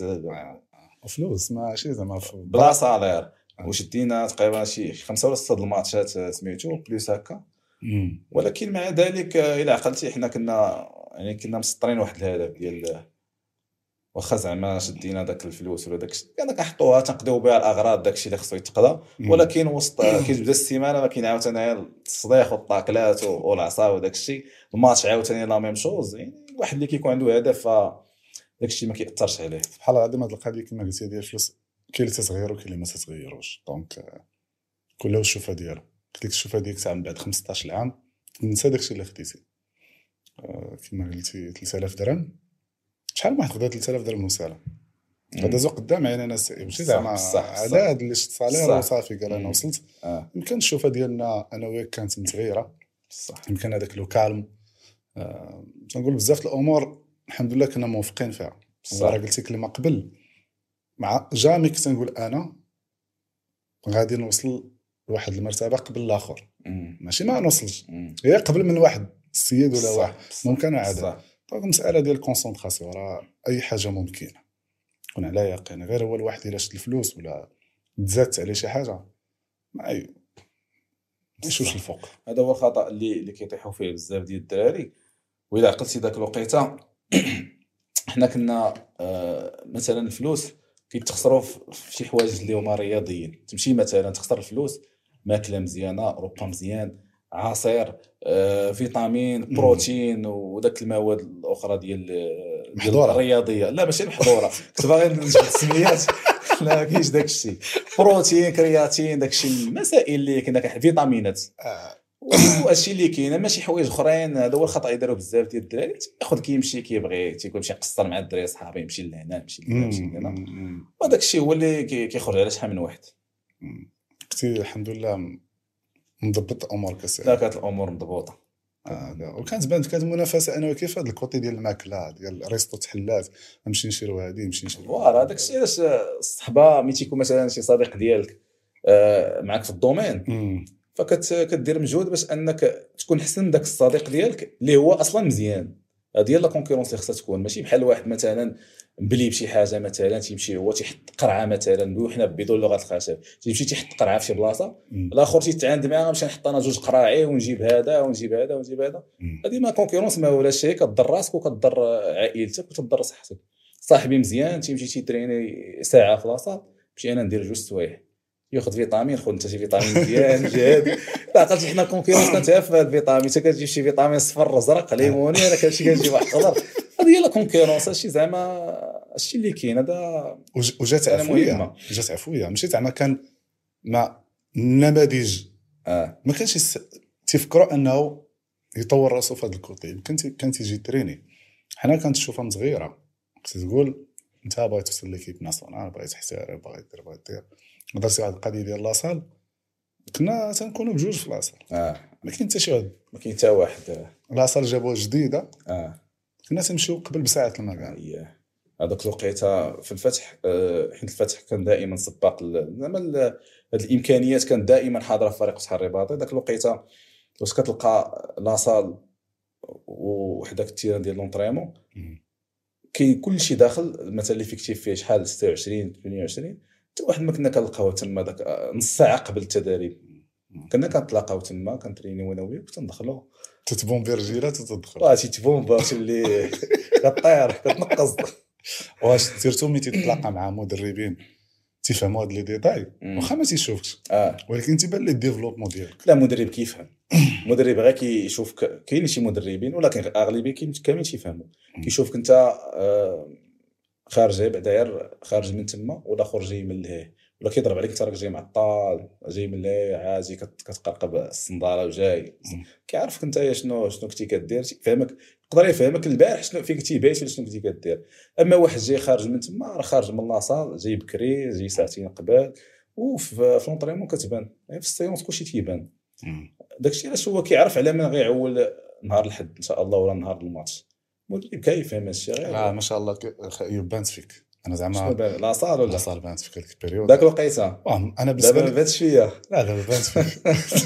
فلوس ماشي زعما في- بلا صالير. وشدينا تقريبا شي خمسه ولا سته د الماتشات سميتو بليس هكا. مم. ولكن مع ذلك آه، الى عقلتي حنا كنا يعني كنا مسطرين واحد الهدف ديال واخا زعما شدينا داك الفلوس ولا داك الشيء كنا كنحطوها تنقضيو بها الاغراض داك الشيء اللي خصو يتقضى. مم. ولكن وسط كيتبدا السيمانه ما كاين عاوتاني التصديق والطاكلات والعصا وداك الشيء. الماتش عاوتاني لا ميم شوز. يعني الواحد اللي كيكون عنده هدف داك الشيء ما كيأثرش عليه. بحال العظيم هاد القضيه كما قلتي ديال الفلوس كاين اللي تتغير وكاين اللي ما تتغيروش دونك آه، كل واحد الشوفه ديالو. قلت لك الشوفه ديالك تاع من بعد خمسطاش عام نسى داكشي اللي خديتي. آه، كما قلتي ثلاثة آلاف درهم شحال من واحد خدا ثلاثة آلاف درهم وسالا غدازو قدام يعني ناس ماشي زعما على هاد اللي شت صالير وصافي قال انا وصلت. اه يمكن الشوفه ديالنا انا وياك كانت متغيره صح يمكن هذاك لو كالم. آه، تنقول بزاف الامور الحمد لله كنا موفقين فيها. صح. وراه قلت لك لما قبل مع جامي كنت نقول انا غادي نوصل لواحد المرتبه قبل الاخر مم. ماشي ما نوصلش مم. هي قبل من واحد السيد ولا صح. واحد ممكن عاد. صح. دونك المساله ديال الكونسونطراسيون راه اي حاجه ممكنه كون على يقين. غير هو الواحد الا شد الفلوس ولا تزادت عليه شي حاجه ما ي- ما يشوفش الفوق. هذا هو الخطا اللي اللي كيطيحوا فيه بزاف ديال الدراري. وإلا عقلتي داك الوقيته حنا كنا آه مثلا الفلوس كيتخسروا في شي حوايج اللي هما رياضيين. تمشي مثلا تخسر الفلوس ماكله مزيانه ربا مزيان عصير آه فيتامين بروتين وداك المواد الاخرى ديال ديال محظورة. الرياضيه. لا ماشي محظوره كنت باغي نجبد السميات لا كاينش داك الشيء بروتين كرياتين داك الشيء المسائل اللي كنا كنحب فيتامينات آه. وهادشي اللي كاين ماشي حوايج اخرين. هذا هو الخطا يداروا بزاف ديال الدراري تياخذ كيمشي كيبغي تيكون يمشي يقصر مع الدراري صحابي يمشي لهنا يمشي لهنا يمشي لهنا وهذاك الشيء هو اللي كي- كيخرج على شحال من واحد. كنتي الحمد لله مضبط امورك لا الساعه. كانت الامور مضبوطه. آه. وكانت بان كانت منافسه انا وكيف هذا الكوتي ديال الماكله ديال ريستو تحلات نمشي نشريو هذه نمشي نشريو فوالا هذاك الشيء علاش الصحبه ملي تيكون مثلا شي صديق ديالك آه، معك في الدومين مم. فكتدير مجهود باش انك تكون احسن من داك الصديق ديالك اللي هو اصلا مزيان. هذه هي لا كونكورونس اللي خصها تكون. ماشي بحال واحد مثلا مبلي بشي حاجه مثلا تيمشي هو تيحط قرعه مثلا وحنا بدون لغه الخشب تيمشي تيحط قرعه في شي بلاصه مم. الاخر تيتعاند معاه باش نحط انا جوج قراعي ونجيب هذا ونجيب هذا ونجيب هذا. مم. هذه ما كونكورونس ما ولا شيء كضر راسك وكضر عائلتك وتضر صحتك. صاحبي مزيان تيمشي تيتريني ساعه في لاصه مشي انا ندير جوج سوايع ياخذ فيتامين خذ انت شي فيتامين مزيان جهاد. عقلت حنا كونكورونس كنتها في الفيتامين انت كتجيب شي فيتامين صفر زرق ليموني انا كنمشي كنجيب واحد خضر. هذه هي لا كونكورونس هادشي زعما هادشي اللي كاين هذا. وج- وجات أنا عفويه مهمة. جات عفويه ماشي زعما كان مع النماذج اه ما كانش يس... تيفكروا انه يطور راسو في هذا الكوتي. يمكن تي- كان تيجي تريني حنا كانت الشوفه صغيره كنت تقول انت باغي توصل ليكيب ناسيونال باغي تحترف باغي دير باغي دير درتي واحد القضيه ديال لاصال كنا تنكونوا بجوج في لاصال اه ما كاين حتى شي واحد. ما كاين حتى واحد. لاصال جابوها جديده اه كنا تنمشيو قبل بساعه المكان. اييه هذاك الوقيته في الفتح آه، حيت الفتح كان دائما سباق ال- زعما ال- هاد الامكانيات كان دائما حاضره في فريق فتح الرباطي. ذاك الوقيته واش كتلقى لاصال وحداك التيران ديال لونطريمون مم. كاين كلشي داخل مثلا ليفيكتيف فيه شحال ستة وعشرين ثمانية وعشرين حتى واحد ما كنا كنلقاوه تما داك نص ساعه قبل التدريب كنا كنتلاقاو تما كنترينيو انا وياه كنتندخلوا تتبومبي رجيلات وتدخل واه تيتبون باش اللي كطير كتنقص. واش سيرتو ملي تتلاقى مع مدربين تيفهموا هاد لي ديتاي واخا ما تيشوفكش اه ولكن تيبان لي الديفلوبمون ديالك. لا مدرب كيفهم مدرب غير كيشوفك كاين شي مدربين ولكن اغلبيه كاملين تيفهموا كيشوفك انت آه خارج بعدا خارج من تما ولا خرج جاي من لهيه ولا كيضرب عليك انت راك جاي معطال جاي من لهيه عازي كتقرقب الصنداله وجاي كيعرفك انت شنو شنو كنتي كدير فهمك يقدر يفهمك البارح شنو فين كنتي بايت ولا شنو كنتي كدير. اما واحد جاي خارج من تما راه خارج من لاصال جاي بكري جاي ساعتين قبل وفي لونطريمون كتبان في السيونس كلشي تيبان. داكشي علاش هو كيعرف على من غيعول نهار الحد ان شاء الله ولا نهار الماتش مدرب كيفهم هادشي غير اه ما شاء الله يبانت فيك. انا زعما لاصال ولا لاصال بانت فيك هذيك البيريود داك الوقيته انا بالنسبه دابا لي ما بانتش فيا لا دابا بانت فيك.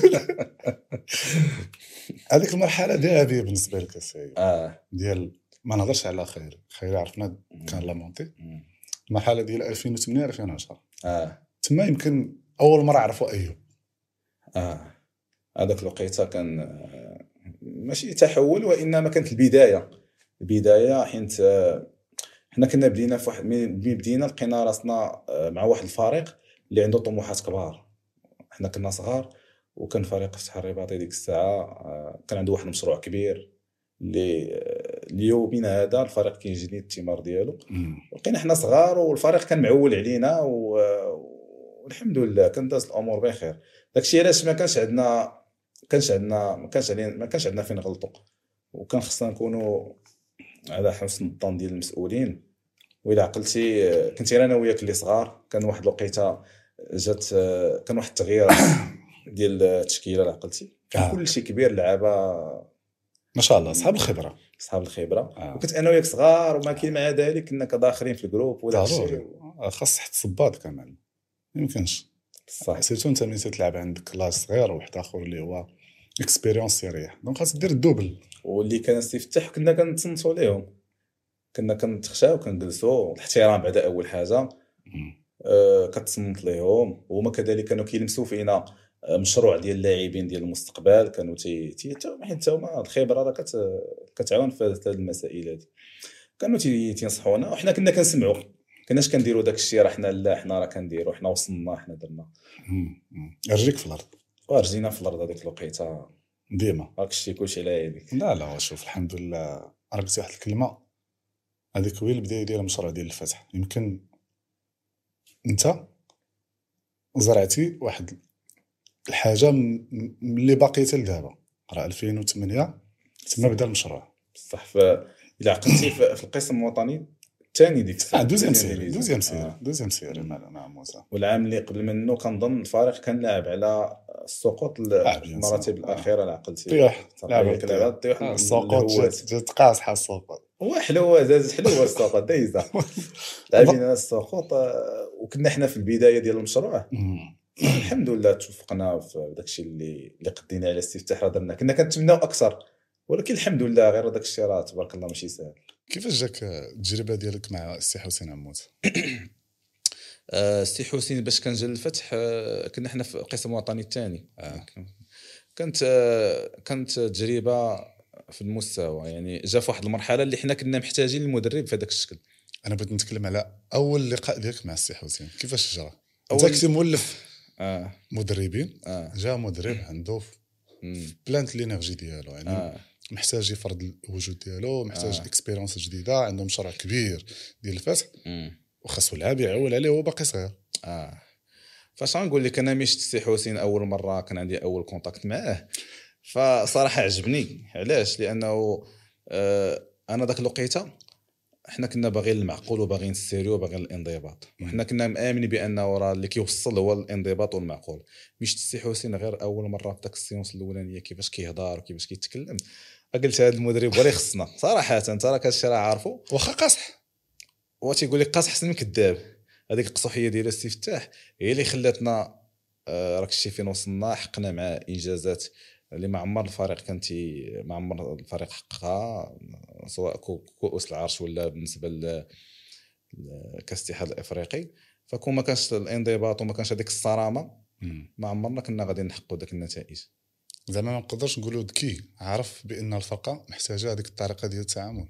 هذيك المرحله ذهبيه بالنسبه لك السيد اه ديال ما نهضرش على خير خير عرفنا كان لا مونتي المرحله ديال ألفين وثمانية ألفين وعشرة اه تما يمكن اول مره عرفوا ايوب. اه هذاك الوقيته كان آه، ماشي تحول وانما كانت البدايه البدايه حيت آه، حنا كنا بدينا في واحد ملي بدينا لقينا راسنا آه، مع واحد الفريق اللي عنده طموحات كبار. حنا كنا صغار وكان فريق فتح الرباطي ديك الساعه آه، كان عنده واحد المشروع كبير اللي آه، اليومنا هذا الفريق كيجني الثمار ديالو لقينا حنا صغار والفريق كان معول علينا و... والحمد لله كان داز الامور بخير. داكشي علاش ما كانش عندنا كانش عندنا ما كانش علينا ما كانش عندنا فين نغلطوا وكان خصنا نكونوا على حسن الظن ديال المسؤولين. وإلا عقلتي كنت انا وياك اللي صغار كان واحد الوقيته جات كان واحد التغيير ديال التشكيله اللي عقلتي كان آه. كل شيء كبير لعابه ما شاء الله اصحاب الخبره اصحاب الخبره آه. وكنت انا وياك صغار وما كاين مع ذلك كنا كداخلين في الجروب ولا ضروري خاص حتى الصباط كمان يمكنش صح سيرتو انت ملي تلعب عندك كلاس صغير وواحد اخر اللي هو اكسبيريونس يريح دونك خاص دير الدوبل. واللي كان استفتح كنا كنتصنتوا ليهم كنا كنتخشاو كنجلسوا الاحترام بعد اول حاجه أه كتصنت ليهم وهما كذلك كانوا كيلمسوا فينا مشروع ديال اللاعبين ديال المستقبل كانوا تي تي حيت هما الخبره راه كت كتعاون في هذه المسائل هذه كانوا تي تينصحونا وحنا كنا كنسمعوا كناش كنديروا داك الشيء راه حنا لا حنا راه كنديروا حنا وصلنا حنا درنا رجليك في الارض ورجينا في الارض هذيك الوقيته ديما راك شتي كلشي على يديك. لا لا شوف الحمد لله راك قلتي واحد الكلمه هذيك هي البدايه ديال المشروع ديال الفتح. يمكن انت زرعتي واحد الحاجه اللي باقيه لدابا راه ألفين وثمانية تما بدا المشروع بصح الا عقلتي في القسم الوطني الثاني ديك الساعه دوزيام سيري دوزيام سيري دوزيام سيري مع موسى والعام اللي قبل منه كنظن الفريق كان لاعب على السقوط المراتب الاخيره اللي عقلتي طيح لعب على الطيح السقوط جات قاصحه السقوط هو حلوه زاد حلوه السقوط دايزه لعبنا السقوط وكنا حنا في البدايه ديال المشروع الحمد لله توفقنا في داكشي اللي اللي قدينا على الاستفتاح راه درنا كنا كنتمناو اكثر ولكن الحمد لله غير داكشي راه تبارك الله ماشي ساهل. كيفاش جاك التجربه ديالك مع السي حسين عموت؟ السي حسين باش كان جا الفتح كنا حنا في القسم الوطني الثاني آه. كانت كانت تجربه في المستوى يعني جا في واحد المرحله اللي حنا كنا محتاجين المدرب في هذاك الشكل. انا بغيت نتكلم على اول لقاء ديالك مع السي حسين كيفاش جرى؟ انت كنتي مولف اه مدربين آه. جا مدرب عنده بلانت الانرجي ديالو يعني آه. محتاج يفرض الوجود ديالو محتاج آه. اكسبيريونس جديده عنده مشروع كبير ديال الفتح وخاصو لعاب يعول عليه وهو باقي صغير. اه فاش غنقول لك انا مشيت السي حسين اول مره كان عندي اول كونتاكت معاه فصراحه عجبني علاش لانه آه انا داك الوقيته حنا كنا باغيين المعقول وباغيين السيريو وباغيين الانضباط وحنا كنا مآمنين بانه راه اللي كيوصل هو الانضباط والمعقول. مشيت السي حسين غير اول مره في داك السيونس الاولانيه كيفاش كيهضر وكيفاش كيتكلم قلت هذا المدرب ولا خصنا صراحه انت راك هادشي راه عارفو واخا قاصح هو تيقول لك قاصح حسن من كذاب. هذيك القصوحيه ديال الاستفتاح هي اللي خلاتنا آه راك شتي فين وصلنا حقنا مع انجازات اللي ما عمر الفريق كان تي ما عمر الفريق حققها، سواء كؤوس العرش ولا بالنسبه لكاس الاتحاد الافريقي. فكون ما كانش الانضباط وما كانش هذيك الصرامه ما عمرنا كنا غادي نحققوا داك النتائج. زعما ما نقدرش نقولوا ذكي عارف بان الفرقه محتاجه هذيك الطريقه ديال التعامل.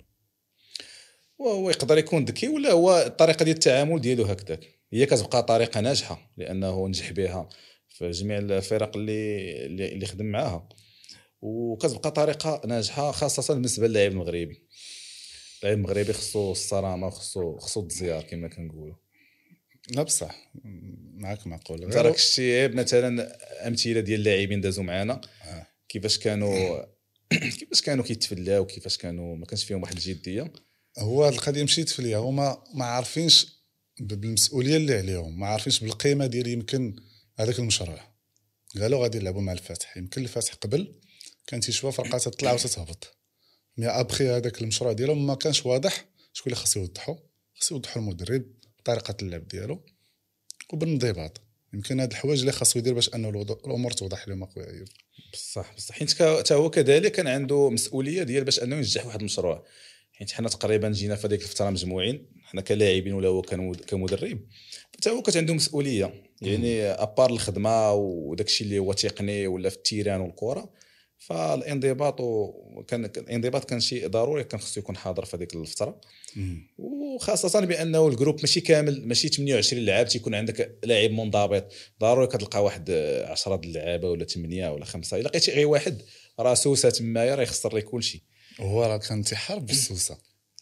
وهو يقدر يكون ذكي ولا هو الطريقه ديال التعامل ديالو هكذاك هي كتبقى طريقه ناجحه لانه نجح بها في جميع الفرق اللي اللي خدم معاها، وكتبقى طريقه ناجحه خاصه بالنسبه للاعب المغربي. اللاعب المغربي خصو الصرامه وخصو خصو التزيار كما كنقولوا. لا بصح معاك معقول. انت راك شتي مثلا امثله ديال اللاعبين دازوا معنا آه. كيفاش كانوا كيفاش كانوا كيتفلاو وكيفاش كانوا ما كانش فيهم واحد الجديه. هو هاد القضيه مشيت في ليها هما ما عارفينش بالمسؤوليه اللي عليهم، ما عارفينش بالقيمه ديال يمكن هذاك المشروع. قالوا غادي نلعبوا مع الفتح، يمكن الفتح قبل كان تيشوف فرقه تطلع وتتهبط، مي ابخي هذاك المشروع ديالهم ما كانش واضح شكون اللي خاصو يوضحوا. خاصو يوضحوا المدرب طريقه اللعب ديالو وبالانضباط. يمكن هاد الحوايج اللي خاصو يدير باش انه الامور توضح لهم اخويا ايوب. بصح بصح حيت حتى هو كذلك كان عنده مسؤوليه ديال باش انه ينجح واحد المشروع. حيت حنا تقريبا جينا في هذيك الفتره مجموعين حنا كلاعبين ولا هو كمدرب، حتى هو كانت عنده مسؤوليه يعني ابار الخدمه وداك الشيء اللي هو تقني ولا في التيران والكره. فالانضباط كان الانضباط كان شيء ضروري كان خصو يكون حاضر في هذيك الفتره. وخاصه بانه الجروب ماشي كامل ماشي ثمانية وعشرين لاعب تيكون عندك لاعب منضبط. ضروري كتلقى واحد عشرة د اللعابه ولا ثمانية ولا خمسة. الا لقيتي غير واحد راه سوسه تمايا راه يخسر لك كلشي. هو راه كان تيحارب بالسوسه.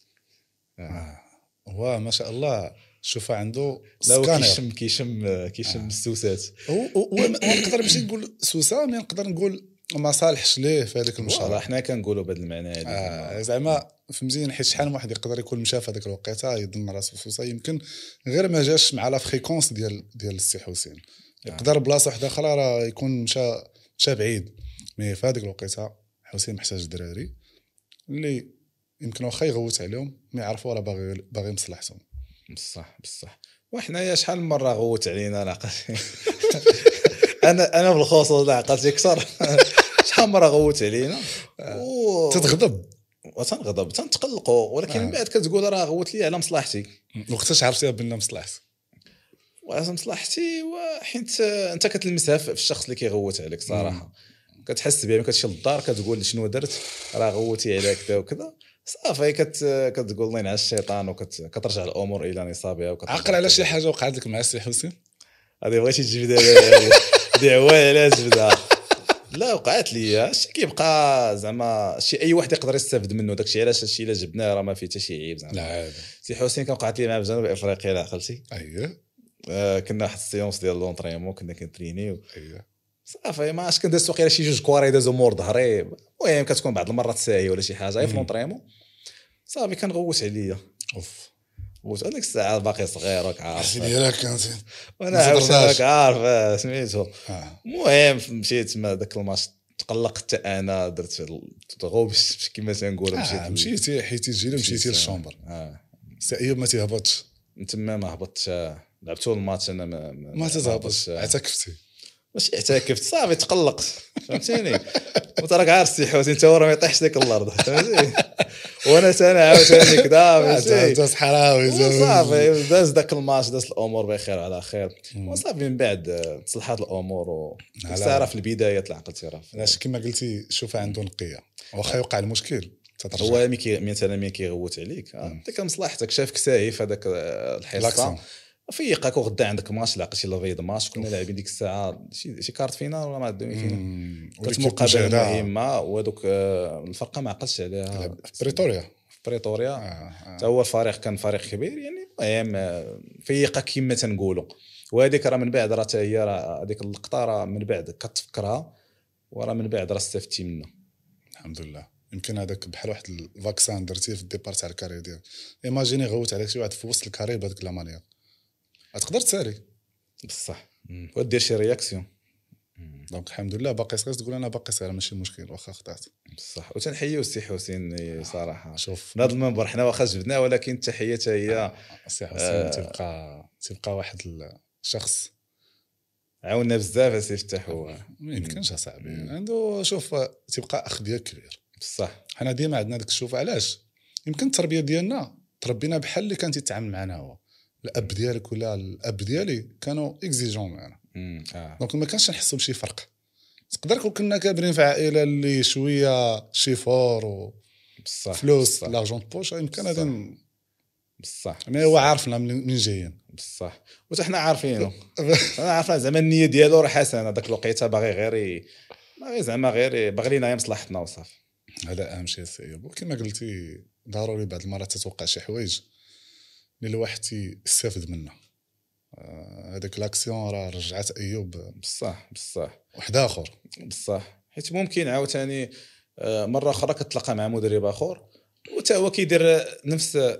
آه. هو ما شاء الله شوف عنده سكانر كيشم كيشم كيشم آه. السوسات. هو نقدر ماشي نقول سوسه مي نقدر نقول ما صالحش ليه في هذاك المشروع. حنا كنقولوا بهذا المعنى هذا آه زعما فهمتيني. حيت شحال من واحد يقدر يكون مشى في هذاك الوقيته يظن راسو سوسه، يمكن غير ما جاش مع لا فريكونس ديال ديال السي حسين. يقدر آه. بلاصه واحده اخرى راه يكون مشى مشى بعيد. مي في هذيك الوقيته حسين محتاج الدراري اللي يمكن واخا يغوت عليهم ما يعرفوا راه باغي باغي مصلحتهم. بصح بصح وحنايا شحال من مره غوت علينا العقل. انا انا بالخصوص العقل تكسر. شحال مره غوت علينا و... تتغضب وتنغضب تنتقلقوا، ولكن من بعد كتقول راه غوت لي على مصلحتي. وقتاش عرفتي بان مصلحتي؟ وعلى مصلحتي وحيت انت كتلمسها في الشخص اللي كيغوت عليك صراحه. كتحس بها. كتمشي للدار كتقول شنو درت راه غوتي على كذا وكذا صافي كت كتقول الله ينعس الشيطان وكترجع الامور الى نصابها. عقل على شي حاجه وقعت لك مع السي حسين هذه بغيتي تجبد هذه عوال على جبدها. لا وقعت لي الشيء كيبقى زعما شي اي واحد يقدر يستافد منه داكشي. علاش الشيء الا جبناه راه ما فيه حتى شي عيب زعما. لا سي حسين كان وقعت لي مع جنوب افريقيا لا عقلتي. اييه آه كنا واحد السيونس ديال لونطريمون كنا كنترينيو. اييه صافي ما اش كندوز وقيله شي جوج كواري دازو مور ظهري. المهم كتكون بعض المرات ساهيه ولا شي حاجه في لونطريمون صافي كنغوت عليا. اوف وت هذيك الساعه باقي صغير راك عارف حسيت ديالك كانت وانا عاوتاني عارف سميتو. المهم مشيت ما داك الماتش تقلقت حتى انا درت غوبش كما تنقول. مشيت مشيتي حيتي تجي مشيتي للشومبر. اه سي ايوب ما تيهبطش تما ما هبطتش. لعبتو الماتش انا ما ما تهبطش اعتكفتي ماشي اعتكفت صافي تقلقت فهمتيني. وانت راك عارف السي حسين انت ورا ما يطيحش ديك الارض فهمتي. وانا انا عاوتاني كذا ماشي داز حراوي صافي داز داك الماتش داز الامور بخير على خير. وصافي من بعد تصلحات الامور وساره في البدايه عقلتي راه علاش كما قلتي شوف عنده نقيه واخا يوقع المشكل هو ملي مثلا ملي كيغوت عليك ديك مصلحتك شافك ساهي في هذاك الحصه فيقك وغدا عندك ماتش لا عقلتي لا فيد ماتش كنا لاعبين ديك الساعه شي شي كارت فينال ولا ما دومي فينا كانت مقابله مهمه وهذوك الفرقه ما عقلتش عليها بريتوريا بريتوريا حتى هو الفريق كان فريق كبير يعني المهم فيقك كما تنقولوا. وهذيك راه من بعد راه حتى هي راه هذيك اللقطه راه من بعد كتفكرها وراه من بعد راه استفدتي منها الحمد لله. يمكن هذاك بحال واحد الفاكسان درتيه في الديبار تاع الكاري ديال ايماجيني غوت عليك شي واحد في وسط الكاري بهذيك لا مانيير غتقدر تسالي بصح ودير شي رياكسيون. دونك الحمد لله باقي صغير تقول انا باقي صغير ماشي مشكل واخا خطات بصح. وتنحيو السي حسين صراحه شوف هذا المنبر حنا واخا جبدناه ولكن التحيه هي السي حسين آه تبقى تبقى واحد الشخص عاوننا بزاف اسي فتح هو ما يمكنش اصاحبي عنده شوف تبقى اخ ديال كبير بصح. حنا ديما عندنا داك الشوف علاش يمكن التربيه ديالنا تربينا بحال اللي كان تيتعامل معنا هو الاب ديالك ولا الاب ديالي كانوا اكزيجون معنا امم اه دونك ما كانش نحسوا بشي فرق. تقدر كون كنا كابرين في عائله اللي شويه شيفور بصح وفلوس لارجون بوش يمكن غادي بصح مي هو عارفنا منين جايين بصح وحتى حنا عارفينه انا عارفه زعما النيه ديالو راه حسنه داك الوقيته باغي غير ي- باغي زعما غير باغي لينا مصلحتنا وصافي. هذا اهم شيء السيب وكما قلتي ضروري بعض المرات تتوقع شي حوايج اللي الواحد يستافد منها. آه، هذاك لاكسيون راه رجعت ايوب بصح بصح واحد اخر بصح حيت ممكن عاوتاني آه، مره اخرى كتلاقى مع مدرب اخر وتا هو كيدير نفس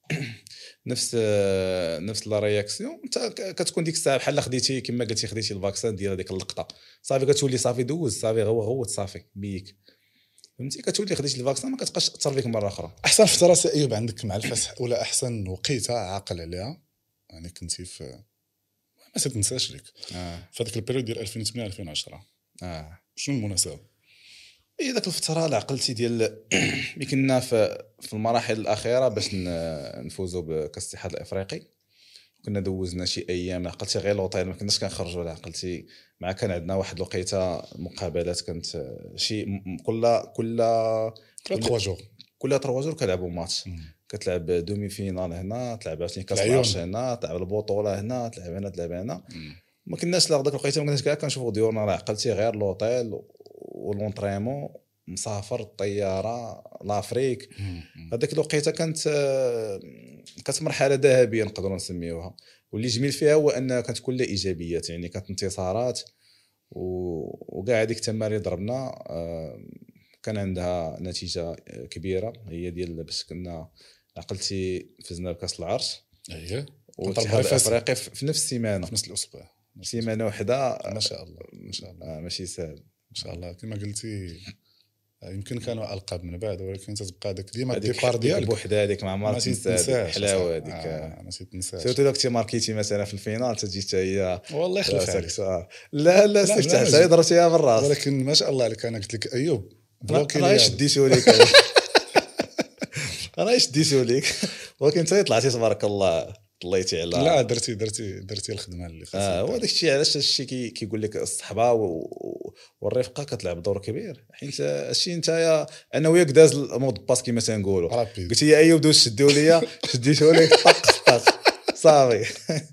نفس نفس لا رياكسيون انت كتكون ديك الساعه بحال خديتي كما قلتي خديتي الفاكسان ديال هذيك اللقطه صافي كتولي صافي دوز صافي هو غوت صافي بيك فهمتي كتولي خديتي الفاكسان ما كتبقاش تاثر فيك مره اخرى. احسن فتره ايوب عندك مع الفسح ولا احسن وقيته عاقل عليها يعني كنتي في ما تنساش ليك اه في هذاك البيريود ديال ألفين وثمانية ألفين وعشرة اه شنو المناسبه؟ اي ذاك الفتره اللي عقلتي ديال ملي كنا في في المراحل الاخيره باش ن- نفوزوا بكاس الاتحاد الافريقي كنا دوزنا شي ايام عقلتي غير لوطيل ما كناش كنخرجوا ولا عقلتي مع كان عندنا واحد الوقيته مقابلات كانت شي م- كل كل كل ثلاثة جور كل ثلاثة جور كنلعبوا ماتش كتلعب دومي فينال هنا تلعب عاوتاني كاس العيون. العرش هنا تلعب البطوله هنا تلعب هنا تلعب هنا ما كناش لا داك الوقيته ما كناش كاع كنشوفوا ديورنا راه عقلتي غير لوطيل والونطريمون مسافر الطياره لافريك هذيك الوقيته كانت آه، كانت مرحله ذهبيه نقدروا نسميوها واللي جميل فيها هو انها كانت كلها ايجابيات يعني كانت انتصارات و- وكاع هذيك التمارين ضربنا آه، كان عندها نتيجه كبيره هي ديال باش كنا عقلتي فزنا بكاس العرش اييه والاتحاد الافريقي في في نفس السيمانه في نفس الاسبوع سيمانه وحده ما شاء الله ما شاء الله آه، ماشي سهل ما شاء الله كما قلتي يمكن كانوا القاب من بعد ولكن تتبقى داك ديما هذيك الديبار ديالك بوحده هذيك مع ما مارك تنساش الحلاوه هذيك آه ما تنساش سيرتو داك تي ماركيتي مثلا في الفينال تجي حتى هي والله يخلف عليك راسك آه. لا لا لا، سيفتح لا، حتى هي ضربتيها بالراس ولكن ما شاء الله عليك انا قلت لك ايوب بلوكي راه لي شديتو ليك راه شديتو ليك ولكن انت طلعتي تبارك الله طليتي على لا درتي درتي درتي الخدمه اللي خاصك اه هو دير. داك الشيء علاش الشيء كي كيقول لك الصحبه و... و- والرفقه كتلعب دور كبير حيت الشيء انت يا انا وياك داز المود باس كيما تنقولوا رابيد قلت يا ايوب دوز شدوا ليا شديتو ليك طق طق صافي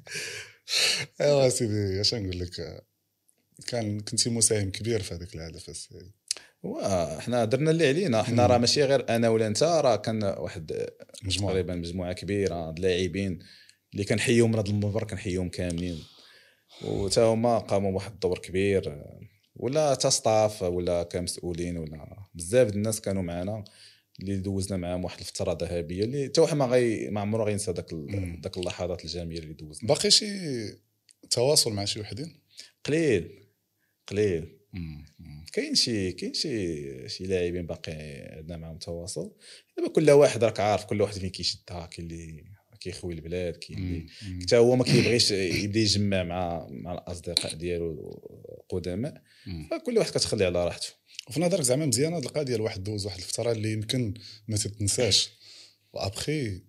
ايوا سيدي اش نقول لك كان كنتي مساهم كبير في هذاك الهدف السيدي. احنا درنا اللي علينا حنا راه ماشي غير انا ولا انت راه كان واحد مجموعه تقريبا مجموعه كبيره د اللاعبين اللي كنحييهم من هذا المنبر كنحييهم كاملين وتا هما قاموا بواحد الدور كبير ولا تا ستاف ولا كمسؤولين ولا بزاف د الناس كانوا معنا اللي دوزنا معاهم واحد الفتره ذهبيه اللي حتى واحد ما غي ما عمره غينسى داك ال- داك اللحظات الجميله اللي دوزنا. باقي شي تواصل مع شي وحدين قليل قليل كاين شي كاين شي شي لاعبين باقي عندنا معاهم تواصل دابا كل واحد راك عارف كل واحد فين كيشدها كاين اللي كيخوي البلاد كاين اللي حتى هو ما كيبغيش يبدا يجمع مع مع الاصدقاء ديالو قدماء فكل واحد كتخلي على راحته. وفي نظرك زعما مزيانه هاد القضيه الواحد دوز واحد الفتره اللي يمكن ما تتنساش وابخي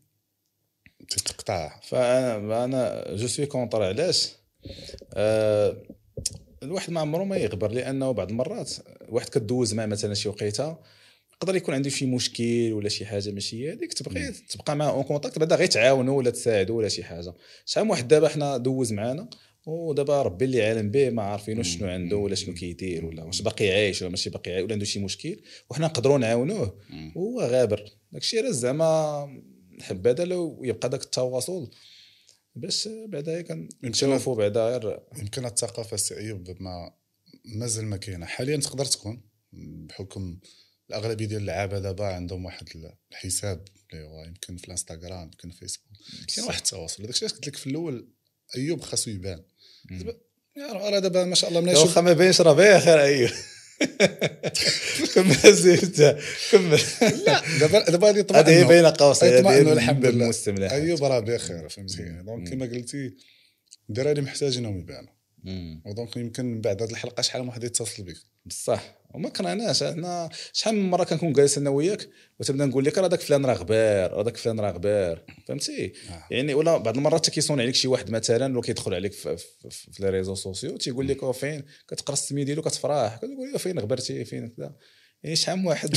تتقطع فانا انا جو سوي كونطر علاش أه الواحد ما عمره ما يغبر لانه بعض المرات واحد كدوز مع مثلا شي وقيته يقدر يكون عنده شي مشكل ولا شي حاجه ماشي هذيك تبغي تبقى معاه اون كونتاكت بعدا غير تعاونوا ولا تساعدوا ولا شي حاجه. شحال من واحد دابا حنا دوز معانا ودابا ربي اللي عالم به ما عارفينوش شنو عنده ولا شنو كيدير ولا واش باقي عايش ولا ماشي باقي عايش ولا عنده شي مشكل وحنا نقدروا نعاونوه وهو غابر داكشي راه زعما نحب هذا لو يبقى داك التواصل باش بعدا كنشوفوا بعدا غير يمكن الثقافه السعيب ما مازال ما كاينه حاليا تقدر تكون بحكم الاغلبيه ديال اللعابه دابا عندهم واحد الحساب اللي هو يمكن في الانستغرام يمكن في فيسبوك كاين واحد التواصل داكشي قلت لك في الاول ايوب خاصو يبان راه دابا ما شاء الله ملي واخا ما بينش راه بخير ايوب كمل زيد كمل لا دابا دابا هذه طبعا هذه بين قوسين هذه الحمد لله ايوب ايوب راه بخير فهمتيني دونك كما قلتي الدراري محتاجينهم يبانوا ودونك يمكن من بعد هذه الحلقه شحال من واحد يتصل بك بصح وما كرهناش حنا شحال من مره كنكون جالس انا وياك وتبدا نقول لك راه داك فلان راه غبار راه داك فلان راه غبار فهمتي آه. يعني ولا بعض المرات كيصون عليك شي واحد مثلا ولا كيدخل عليك في, في, في, في لي ريزو سوسيو تيقول لك فين كتقرا السميه ديالو كتفرح كتقول له فين غبرتي فين كذا يعني شحال من واحد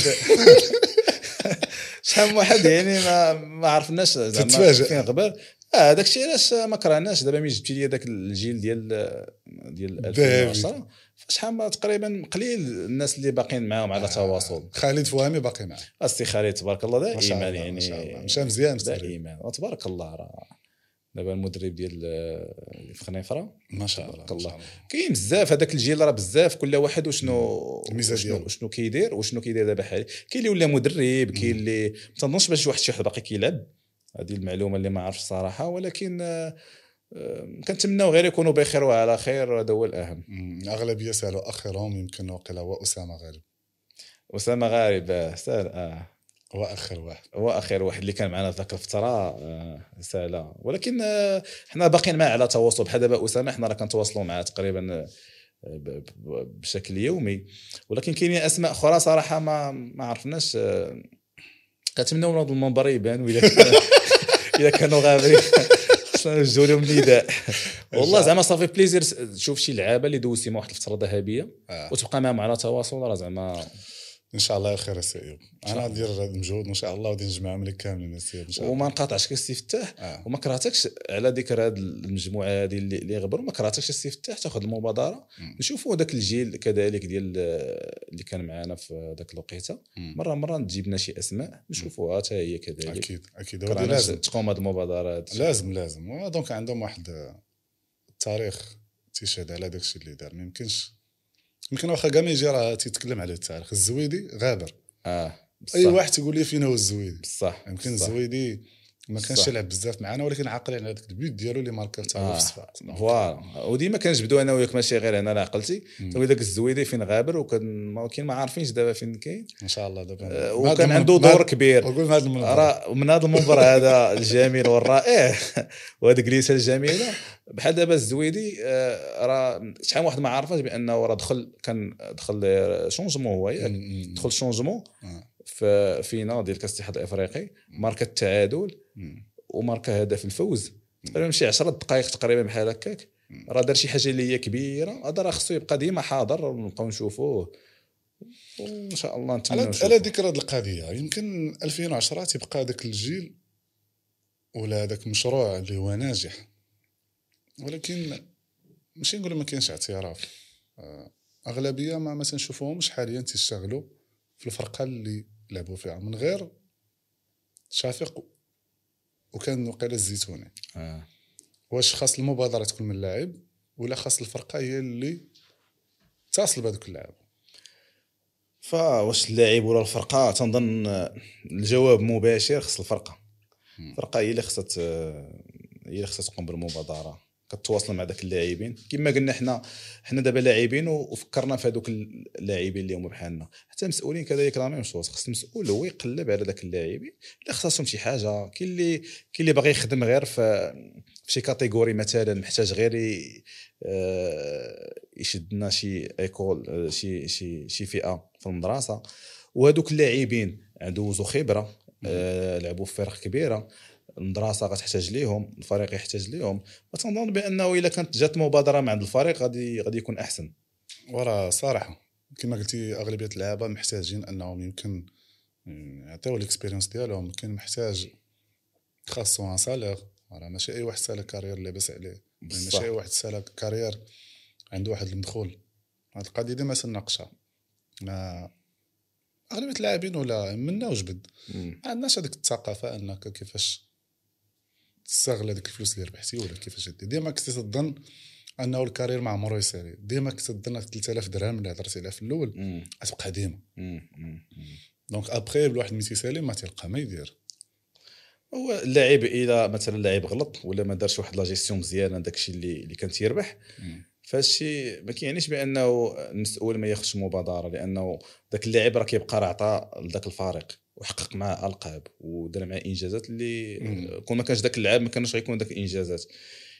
شحال من واحد يعني ما ما عرفناش زعما فين غبر اه داك الشيء علاش ما كرهناش دابا ملي جبتي لي داك الجيل ديال ديال ألفين وعشرة شحال ما تقريبا قليل الناس اللي باقيين معاهم على تواصل. خالد فهمي باقي معاه السي خالد تبارك الله دائما يعني مشى مزيان دائما وتبارك الله راه دابا المدرب ديال في خنيفره ما شاء الله, الله. كاين بزاف هذاك الجيل راه بزاف كل واحد وشنو وشنو شنو كيدير وشنو كيدير دابا حاليا كاين اللي ولا مدرب كاين اللي ما تنظنش باش واحد شي واحد باقي كيلعب هذه المعلومه اللي ما عرفتش الصراحه ولكن كنتمناو غير يكونوا بخير وعلى خير هذا هو الاهم. الاغلبيه سالوا اخرهم يمكن وقيلا هو اسامه غالب اسامه غالب سال اه هو اخر واحد هو اخر واحد اللي كان معنا في ذاك الفتره آه سالا ولكن آه حنا باقيين معاه على تواصل بحال دابا اسامه حنا راه كنتواصلوا معاه تقريبا بشكل يومي ولكن كاينين اسماء اخرى صراحه ما ما عرفناش آه كنتمنوا هذا المنبر يبان ولا الا كانوا غابرين خصنا نوجهوا لهم نداء والله زعما صافي بليزير تشوف شي لعابه اللي دوزتي مع واحد الفتره ذهبيه آه. وتبقى معهم على تواصل راه زعما ان شاء الله خير السيد انا غندير هذا المجهود ان شاء الله ودي نجمعهم لك كاملين السيد ان شاء الله وما نقاطعش كسي فتاح آه. وما كرهتكش على ذكر هذه المجموعه هذه اللي, اللي غبروا ما كرهتكش السي فتاح تاخذ المبادره نشوفوا داك الجيل كذلك ديال اللي كان معنا في ذاك الوقيته مره مره تجيب لنا شي اسماء نشوفوها حتى هي كذلك اكيد اكيد لازم تقوم هذه المبادره لازم لازم دونك عندهم واحد التاريخ تيشهد على داك الشيء اللي دار ما يمكنش يمكن واخا كاع ما يجي راه تيتكلم على التاريخ الزويدي غابر اه بصح. اي واحد تيقول لي فين هو الزويدي بصح يمكن الزويدي ما كانش يلعب بزاف معنا ولكن عاقلين على داك البيوت ديالو اللي ماركا حتى هو في الصفات فوالا وديما كنجبدوا انا وياك ماشي غير انا لا عقلتي تو داك الزويدي فين غابر وكان كاين ما عارفينش دابا فين كاين ان شاء الله دابا آه وكان عنده دور كبير راه من هذا المنبر هذا الجميل والرائع وهذه الجلسه الجميله بحال دابا الزويدي آه راه شحال واحد ما عارفاش بانه راه دخل كان دخل شونجمون هو ياك دخل شونجمون في فينا ديال كاس الاتحاد الافريقي ماركه التعادل وماركه هدف الفوز تقريبا شي عشرة دقائق تقريبا بحال هكاك راه دار شي حاجه اللي هي كبيره هذا راه خصو يبقى ديما حاضر ونبقاو نشوفوه وان شاء الله نتمنى على ذكر هذه القضيه يمكن ألفين وعشرة تبقى داك الجيل ولا داك المشروع اللي هو ناجح ولكن ماشي نقول ما كاينش اعتراف اغلبيه ما ما تنشوفوهمش حاليا تيشتغلوا في الفرقه اللي لعبوا فيها من غير شافق وكان وقيل الزيتوني آه. واش خاص المبادره تكون من اللاعب ولا خاص الفرقه هي اللي تصل بهذوك اللاعب فواش اللاعب ولا الفرقه تنظن الجواب مباشر خاص الفرقه الفرقه هي اللي خصها هي اللي خصها تقوم بالمبادره كتواصل مع داك اللاعبين كما قلنا حنا حنا دابا لاعبين وفكرنا في هذوك اللاعبين اللي هما بحالنا حتى المسؤولين كذلك لا ميم شوز خص المسؤول هو يقلب على داك اللاعبين اللي خصهم شي حاجه كاين اللي كاين اللي باغي يخدم غير في في شي كاتيجوري مثلا محتاج غير يشد لنا شي ايكول شي شي شي فئه في المدرسه وهذوك اللاعبين عندوزو خبره آه لعبوا في فرق كبيره المدرسه غتحتاج ليهم الفريق يحتاج ليهم وتنظن بانه الا كانت جات مبادره مع الفريق غادي غادي يكون احسن ورا صراحه كما قلتي اغلبيه اللعابه محتاجين انهم يمكن يعطيو الاكسبيرينس ديالهم كاين محتاج خاصو ان سالير راه ماشي اي واحد سالك كارير لاباس عليه ماشي اي واحد سالك كارير عنده واحد المدخول هاد القضيه ديما تناقشها ما اغلبيه اللاعبين ولا منا وجبد ما عندناش هذيك الثقافه انك كيفاش تستغل هذيك الفلوس اللي ربحتي ولا كيفاش ديما كنتي تظن انه الكارير ما عمره يسالي ديما كنت تظن ثلاثة آلاف درهم اللي هضرتي عليها في الاول غتبقى ديما دونك ابخي الواحد ملي تيسالي ما تلقى ما يدير هو اللاعب اذا مثلا اللاعب غلط ولا ما دارش واحد لا جيستيون مزيانه داكشي اللي اللي كان تيربح فهادشي ما كيعنيش بانه المسؤول ما ياخذش مبادره لانه داك اللاعب راه كيبقى راه عطى لذاك الفريق وحقق معاه القاب ودار معاه انجازات اللي كون ما كانش داك اللاعب ما كانش غيكون داك الانجازات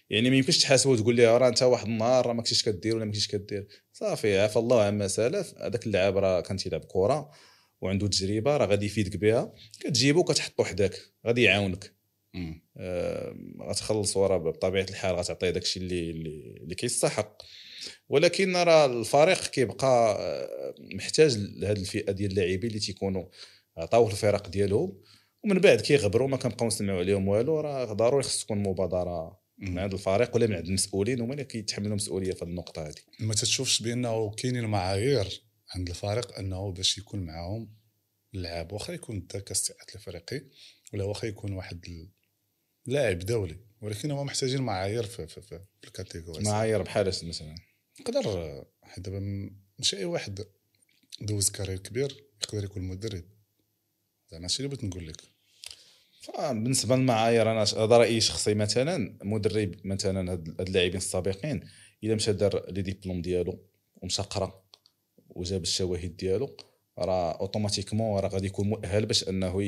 يعني ما يمكنش تحاسبه وتقول ليه راه انت واحد النهار راه ما كنتيش كدير ولا ما كنتيش كدير. صافي عفى الله عما سلف. هذاك اللاعب راه كان تيلعب كره وعنده تجربه راه غادي يفيدك بها، كتجيبو كتحطو حداك غادي يعاونك. آه غتخلصوا راه بطبيعه الحال غتعطيه داكشي اللي اللي, اللي كيستحق. ولكن راه الفريق كيبقى محتاج لهذه الفئه ديال اللاعبين اللي تيكونوا عطاوه الفرق ديالهم ومن بعد كيغبروا ما كنبقاو نسمعوا عليهم والو. راه ضروري خص تكون مبادره من عند الفريق ولا من عند المسؤولين، هما اللي كيتحملوا مسؤوليه في النقطه هذه. ما تتشوفش بانه كاينين المعايير عند الفريق انه باش يكون معاهم اللاعب واخا يكون ذاك استعداد الفريقي ولا واخا يكون واحد لاعب دولي، ولكن هما محتاجين معايير في في في, في الكاتيجوري. معايير بحال مثلا نقدر حيت دابا ماشي اي واحد دوز كارير كبير يقدر يكون مدرب، زعما ماشي اللي بغيت نقول لك. بالنسبه للمعايير انا هذا رايي شخصي. مثلا مدرب مثلا هاد اللاعبين السابقين الا مشى دار لي ديبلوم ديالو ومشى قرا وجاب الشواهد ديالو راه اوتوماتيكمون راه غادي يكون مؤهل باش انه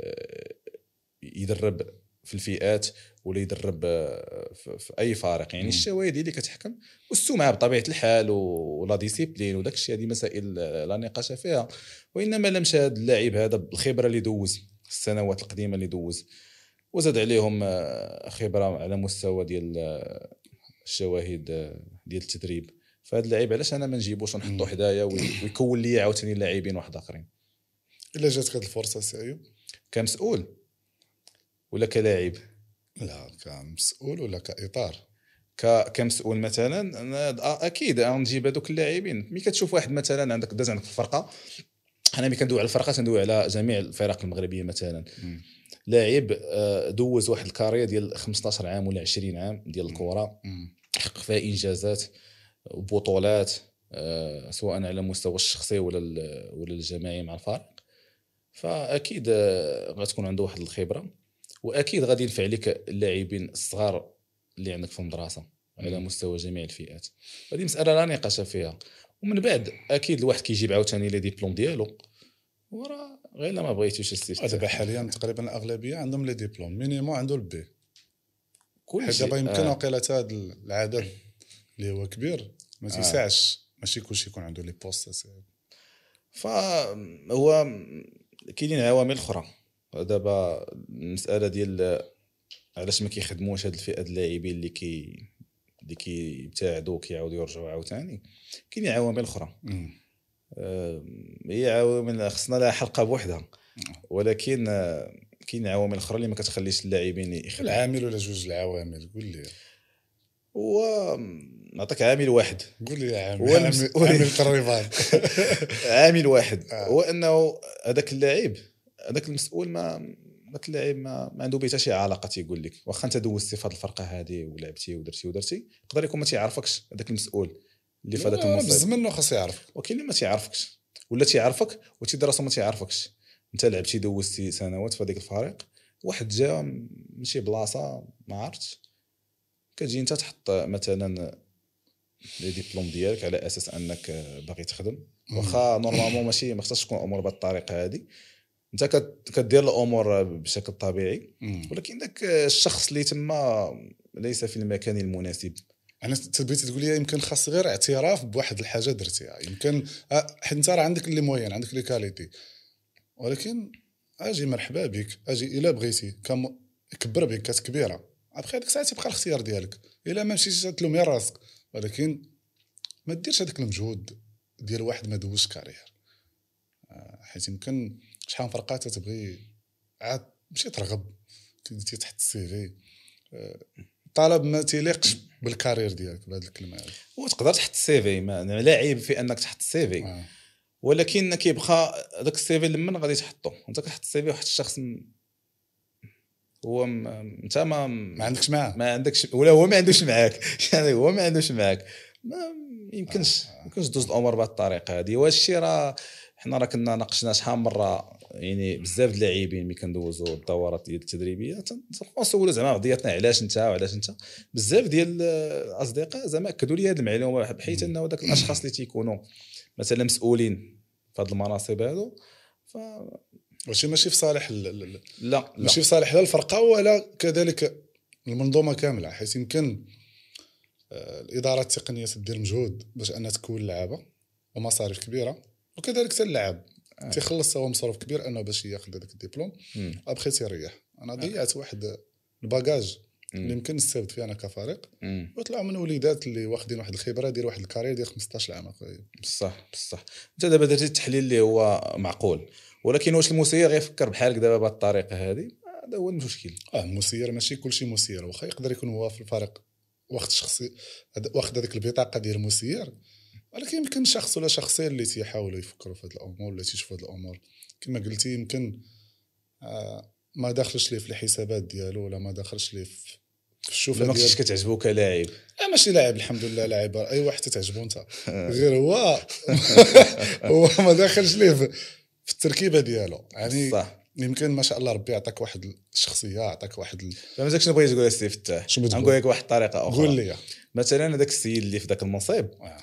يدرب في الفئات ولا يدرب في اي فريق. يعني الشواهد اللي كتحكم والسمعه بطبيعه الحال ولا ديسيبلين وداك الشيء، هذه مسائل لا نقاش فيها. وانما لم شاهد اللاعب هذا بالخبره اللي دوز السنوات القديمه اللي دوز وزاد عليهم خبره على مستوى ديال الشواهد ديال التدريب، فهاد اللاعب علاش انا ما نجيبوش ونحطو حدايا ويكون لي عاوتاني لاعبين واحد اخرين. الا جاتك هاد الفرصه سي ايوب كمسؤول ولا كلاعب؟ لا كمسؤول ولا كاطار. ك كمسؤول مثلا أنا اكيد غنجيب هذوك اللاعبين. ملي كتشوف واحد مثلا عندك داز عندك في الفرقه، انا ملي كندوي على الفرقه تندوي على جميع الفرق المغربيه مثلا، لاعب دوز واحد الكارير ديال خمسطاش عام ولا عشرين عام ديال الكره، حقق فيها انجازات وبطولات سواء على المستوى الشخصي ولا ولا الجماعي مع الفريق، فاكيد غتكون عنده واحد الخبره واكيد غادي ينفع لك اللاعبين الصغار اللي عندك في المدرسه على مستوى جميع الفئات. هذه مساله لا نقاش فيها. ومن بعد اكيد الواحد كيجيب عاوتاني لي ديبلوم ديالو وراه غير لا ما بغيتيش السيستم. دابا حاليا تقريبا الاغلبيه عندهم لي ديبلوم مينيموم عنده البي كل شيء. دابا يمكن وقيله هذا العدد اللي هو كبير ما تيساعش آه. ماشي كلشي يكون عنده لي بوست. فهو كاينين عوامل اخرى. دابا المساله ديال علاش ما كيخدموش هاد الفئه د اللاعبين اللي كي اللي كيبتعدوا كيعاودوا يرجعوا عاوتاني، كاينين عوامل اخرى. آه هي عوامل خصنا لها حلقه بوحدها، ولكن آه كاين عوامل اخرى اللي ما كتخليش اللاعبين يخدموا. العامل ولا جوج العوامل قول لي. هو نعطيك عامل واحد. قول لي عامل عامل, عامل قريبان. عامل واحد هو انه هذاك اللاعب هذاك المسؤول ما داك اللاعب ما, ما عنده بيه حتى شي علاقه. تيقول لك واخا انت دوزتي في هذه الفرقه هذه ولعبتي ودرتي ودرتي يقدر يكون ما تيعرفكش هذاك المسؤول اللي في هذاك المنصب. بزاف منه خاص يعرف، وكاين اللي ما تيعرفكش ولا تيعرفك وتيدرس ما تيعرفكش. انت لعبتي دوزتي سنوات في هذاك الفريق، واحد جا من شي بلاصه ما عرفتش، كتجي انت تحط مثلا لي ديبلوم ديالك على اساس انك باغي تخدم. واخا نورمالمون ماشي ما خصهاش تكون الامور بهذه الطريقه هذه، انت كدير الامور بشكل طبيعي، ولكن داك الشخص اللي تما ليس في المكان المناسب. انا تبغيتي تقول لي يمكن خاص غير اعتراف بواحد الحاجه درتيها، يمكن حيت انت راه عندك لي موين عندك لي كاليتي، ولكن اجي مرحبا بك اجي الا بغيتي كم كبر بك كاس كبيره ابخي ديك الساعه تبقى الاختيار ديالك. الا ما مشيتيش تلومي راسك، ولكن ما ديرش هذاك المجهود ديال واحد ما دوزش كارير، حيت يمكن شحال من فرقات تبغي عاد ماشي ترغب تدي تحت السي في طالب ما تيليقش بالكارير ديالك بهذه الكلمه هذه. وتقدر تحط السي في، ما لا عيب في انك تحط السي في آه. ولكن كيبقى داك السي في لمن غادي تحطو انت كتحط السي في واحد الشخص م... هو م... انت ما ما عندكش معاه ما عندكش ولا هو ما عندوش معاك يعني هو ما عندوش معاك ما يمكنش آه. يمكنش دوز الامور بهذه الطريقه هذه. واش الشيء راه حنا راه كنا ناقشنا شحال مره يعني بزاف د اللاعبين ملي كندوزوا الدورات ديال التدريبيه تنسولوا زعما قضيتنا علاش انت وعلاش انت. بزاف ديال الاصدقاء زعما اكدوا لي هذه المعلومه بحيث انه داك الاشخاص اللي تيكونوا مثلا مسؤولين في هذه المناصب هذو ف واش ماشي في صالح ال... لا, لا ماشي في صالح لا الفرقه ولا كذلك المنظومه كامله، حيت يمكن آه، الادارات التقنيه تدير مجهود باش انها تكون لعابه ومصاريف كبيره، وكذلك حتى اللاعب آه. تيخلص هو مصروف كبير انه باش ياخذ هذاك الدبلوم مم. ابخي تيريح. انا ضيعت واحد الباجاج مم. اللي يمكن نستافد فيه انا كفريق، مم. وطلعوا من وليدات اللي واخدين واحد الخبره ديال واحد الكارير ديال خمسطاش عام اخويا. بصح بصح انت دابا درتي التحليل اللي هو معقول، ولكن واش المسير غيفكر بحالك دابا بهذه الطريقه هذه؟ هذا هو المشكل. اه المسير ماشي كلشي مسير، واخا يقدر يكون هو في الفريق واخد شخصي واخد هذيك البطاقه ديال المسير، ولكن يمكن شخص ولا شخصين اللي تيحاولوا يفكروا في هذه الامور ولا تيشوفوا هذه الامور كما قلتي. يمكن آه ما داخلش ليه في الحسابات ديالو ولا ما داخلش ليه في الشوفه ما ديال كنتش كتعجبو كلاعب. آه ماشي لاعب الحمد لله، لاعب اي واحد تتعجبو انت، غير هو هو ما داخلش ليه في, في التركيبه ديالو يعني. صح. يمكن ما شاء الله ربي يعطيك واحد الشخصيه، يعطيك واحد ال... فهمتك شنو بغيت تقول السي فتاح؟ شنو بتقول؟ نقول لك واحد الطريقه اخرى. قول لي. مثلا هذاك السيد اللي في ذاك المنصب آه.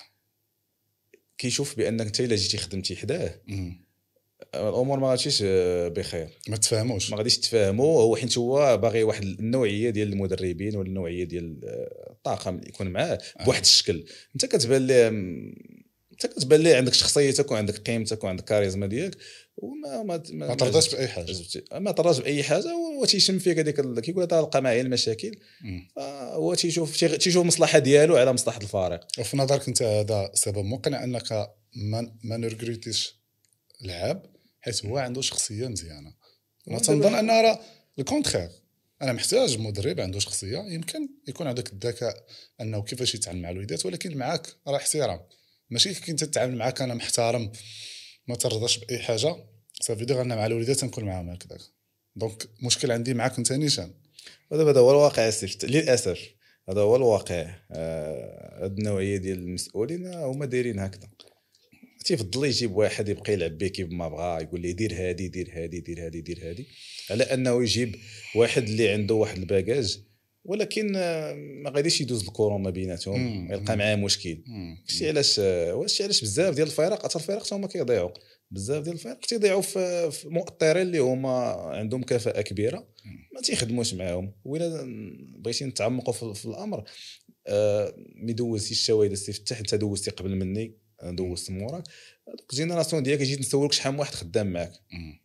كيشوف بانك انت الا جيتي خدمتي حداه مم. الامور ما غاديش بخير، ما تفهموش ما غاديش تفاهموا. هو حيت هو باغي واحد النوعيه ديال المدربين ولا النوعيه ديال الطاقم اللي يكون معاه بواحد الشكل. انت كتبان ليه انت كتبان ليه عندك شخصيتك وعندك قيمتك وعندك كاريزما ديالك، وما ما ما ترضاش باي حاجه، ما ترضاش باي حاجه، وتيشم فيك هذيك كيقول هذا لقى معايا المشاكل. هو تيشوف تيشوف المصلحه ديالو على مصلحه الفريق. وفي نظرك انت هذا سبب مقنع انك ما ما نرغريتيش لعاب حيت هو عنده شخصيه مزيانه؟ انا تنظن ان راه الكونترير، انا محتاج مدرب عنده شخصيه. يمكن يكون عندك الذكاء انه كيفاش يتعامل مع الوليدات، ولكن معاك راه احترام، ماشي كي انت تتعامل معاك انا محترم ما ترضاش باي حاجه صافي دغيا انا مع الوليدات نكون معاهم هكذا. دونك مشكل عندي معاك انت نيشان. هذا هو الواقع السيف للاسف، هذا هو الواقع. هاد آه النوعيه ديال المسؤولين هما دايرين هكذا. تيفضل يجيب واحد يبقى يلعب به كيف ما بغى، يقول لي دير هادي دير هادي دير هادي دير هادي، على انه يجيب واحد اللي عنده واحد الباجاج ولكن ما غاديش يدوز الكورونا بيناتهم، يلقى معاه مشكل. شتي علاش واش علاش بزاف ديال الفرق حتى الفرق هما كيضيعوا بزاف ديال الفرق تيضيعوا في مؤطرين اللي هما عندهم كفاءه كبيره ما تيخدموش معاهم. وإلا بغيتي نتعمقوا في الامر آه مي دوزتي الشواهد السي فتح، انت دوزتي قبل مني دوزت موراك، دوك الجينيراسيون ديالك جيت نسولك شحال من واحد خدام معاك.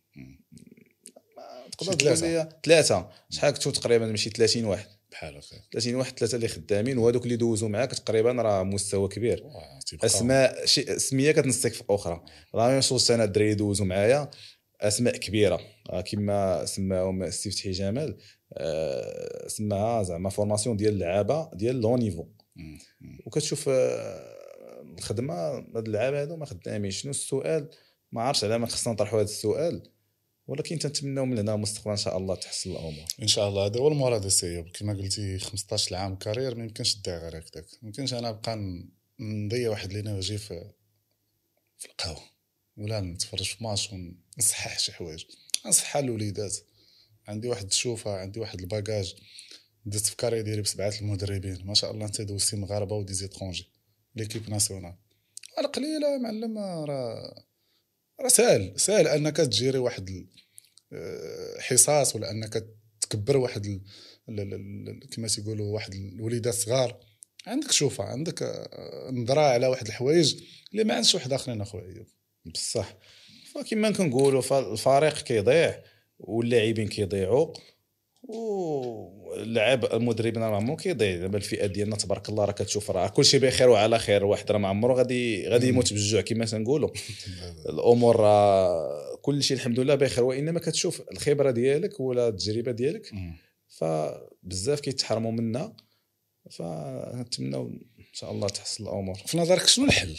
تقدر تقول لي ثلاثه، شحال كنتو تقريبا ماشي ثلاثين واحد بحال هكا، ثلاثين واحد ثلاثه اللي خدامين، وهذوك اللي دوزوا معاك تقريبا راه مستوى كبير. اسماء شي اسميه كتنسك في اخرى، راه ميم شوز انا الدراري دوزوا معايا اسماء كبيره كما سماهم السي فتحي جمال، أه سماها زعما فورماسيون ديال اللعابه ديال لو نيفو. وكتشوف الخدمه هاد اللعابه هادو ما خدامينش. شنو السؤال؟ ما عرفتش على ما خصنا نطرحوا هذا السؤال، ولكن تنتمناو من هنا المستقبل ان شاء الله تحسن الامور ان شاء الله. هذا هو المراد السيب كما قلتي خمسطاش عام كارير ما يمكنش تدعي غير هكذاك. ما يمكنش انا نبقى نضيع واحد لينا وجي في في القهوه ولا نتفرج في ماتش ونصحح شي حوايج. نصحح الوليدات، عندي واحد الشوفه، عندي واحد الباجاج، دزت في كارير ديالي بسبعه المدربين ما شاء الله. انت دوزتي مغاربه ودي زيترونجي ليكيب ناسيونال على قليله معلم. راه راه سهل سهل انك تجيري واحد حصص ولا انك تكبر واحد ال... ال... ال... كما تيقولوا واحد الوليدات صغار. عندك شوفه، عندك نظره على واحد الحوايج اللي ما عندش واحد اخرين اخويا. بصح فكما كنقولوا فالفريق كيضيع واللاعبين كيضيعوا واللاعب المدربين راه عمرو كيضيع. دابا الفئه ديالنا تبارك الله راه كتشوف راه كلشي بخير وعلى خير، واحد راه ما عمرو غادي غادي يموت بالجوع كما تنقولوا. الامور راه كلشي الحمد لله بخير، وانما كتشوف الخبره ديالك ولا التجربه ديالك فبزاف كيتحرموا منها. فنتمنوا ان شاء الله تحسن الامور. في نظرك شنو الحل؟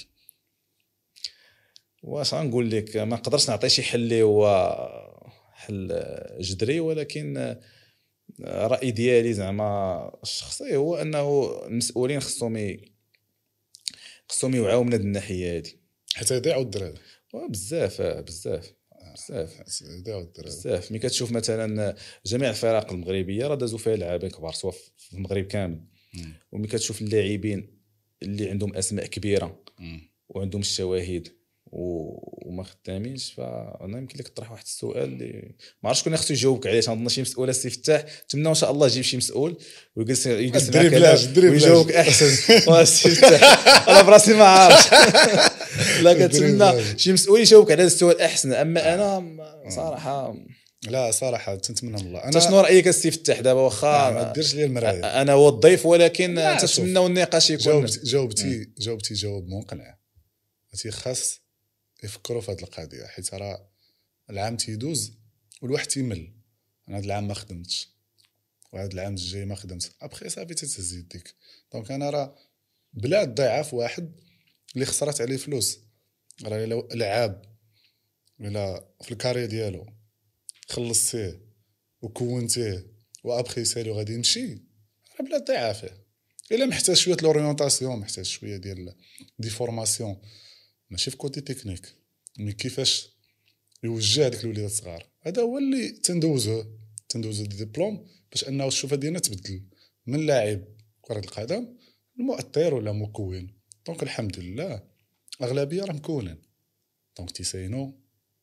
واش غنقول لك، ما نقدرش نعطي شي حل اللي هو حل جذري، ولكن راي ديالي زعما الشخصي هو انه المسؤولين خصهم خصهم يوعاو من هذه الناحيه هذه حتى يضيعوا الدراري بزاف بزاف بزاف يضيعوا الدراري بزاف. ملي كتشوف مثلا جميع الفرق المغربيه راه دازوا فيها لاعبين كبار سواء في المغرب كامل، وملي كتشوف اللاعبين اللي عندهم اسماء كبيره وعندهم الشواهد وما خدامينش. فانا يمكن لك تطرح واحد السؤال اللي ما عرفتش شكون خصو يجاوبك عليه. تنظن شي مسؤول السي فتاح، نتمنى ان شاء الله يجيب شي مسؤول ويجلس يجلس معك ويجاوبك احسن. والسي فتاح انا براسي ما عارف. لا كنتمنى شي مسؤول يجاوبك على هذا السؤال احسن. اما انا صراحه لا صراحه تنتمنى من الله. انا شنو رايك السي فتاح دابا؟ واخا ما ديرش لي المرايه، انا هو الضيف، ولكن تنتمناو النقاش يكون. جاوبتي جاوبتي جاوبتي جواب مقنع. هاتي خاص يفكروا في هذه القضيه، حيت راه العام تيدوز والواحد تيمل. انا هذا العام ما خدمتش وهذا العام الجاي ما خدمت، ابخي صافي تتهز يديك. دونك انا راه بلا ضعاف واحد اللي خسرت عليه فلوس، راه لو لعاب ولا في الكاري ديالو خلصتيه وكونتيه وابخي سالي وغادي يمشي، راه بلا ضعافه. الا محتاج شويه لورينتاسيون، محتاج شويه ديال دي فورماسيون ماشي في كوتي تكنيك، مي كيفاش يوجه هذيك الوليدات الصغار. هذا هو اللي تندوزوه تندوزو دي ديبلوم باش انه الشوفه ديالنا تبدل من لاعب كره القدم المؤثر ولا مكون. دونك الحمد لله اغلبيه راه مكونين، دونك تيساينو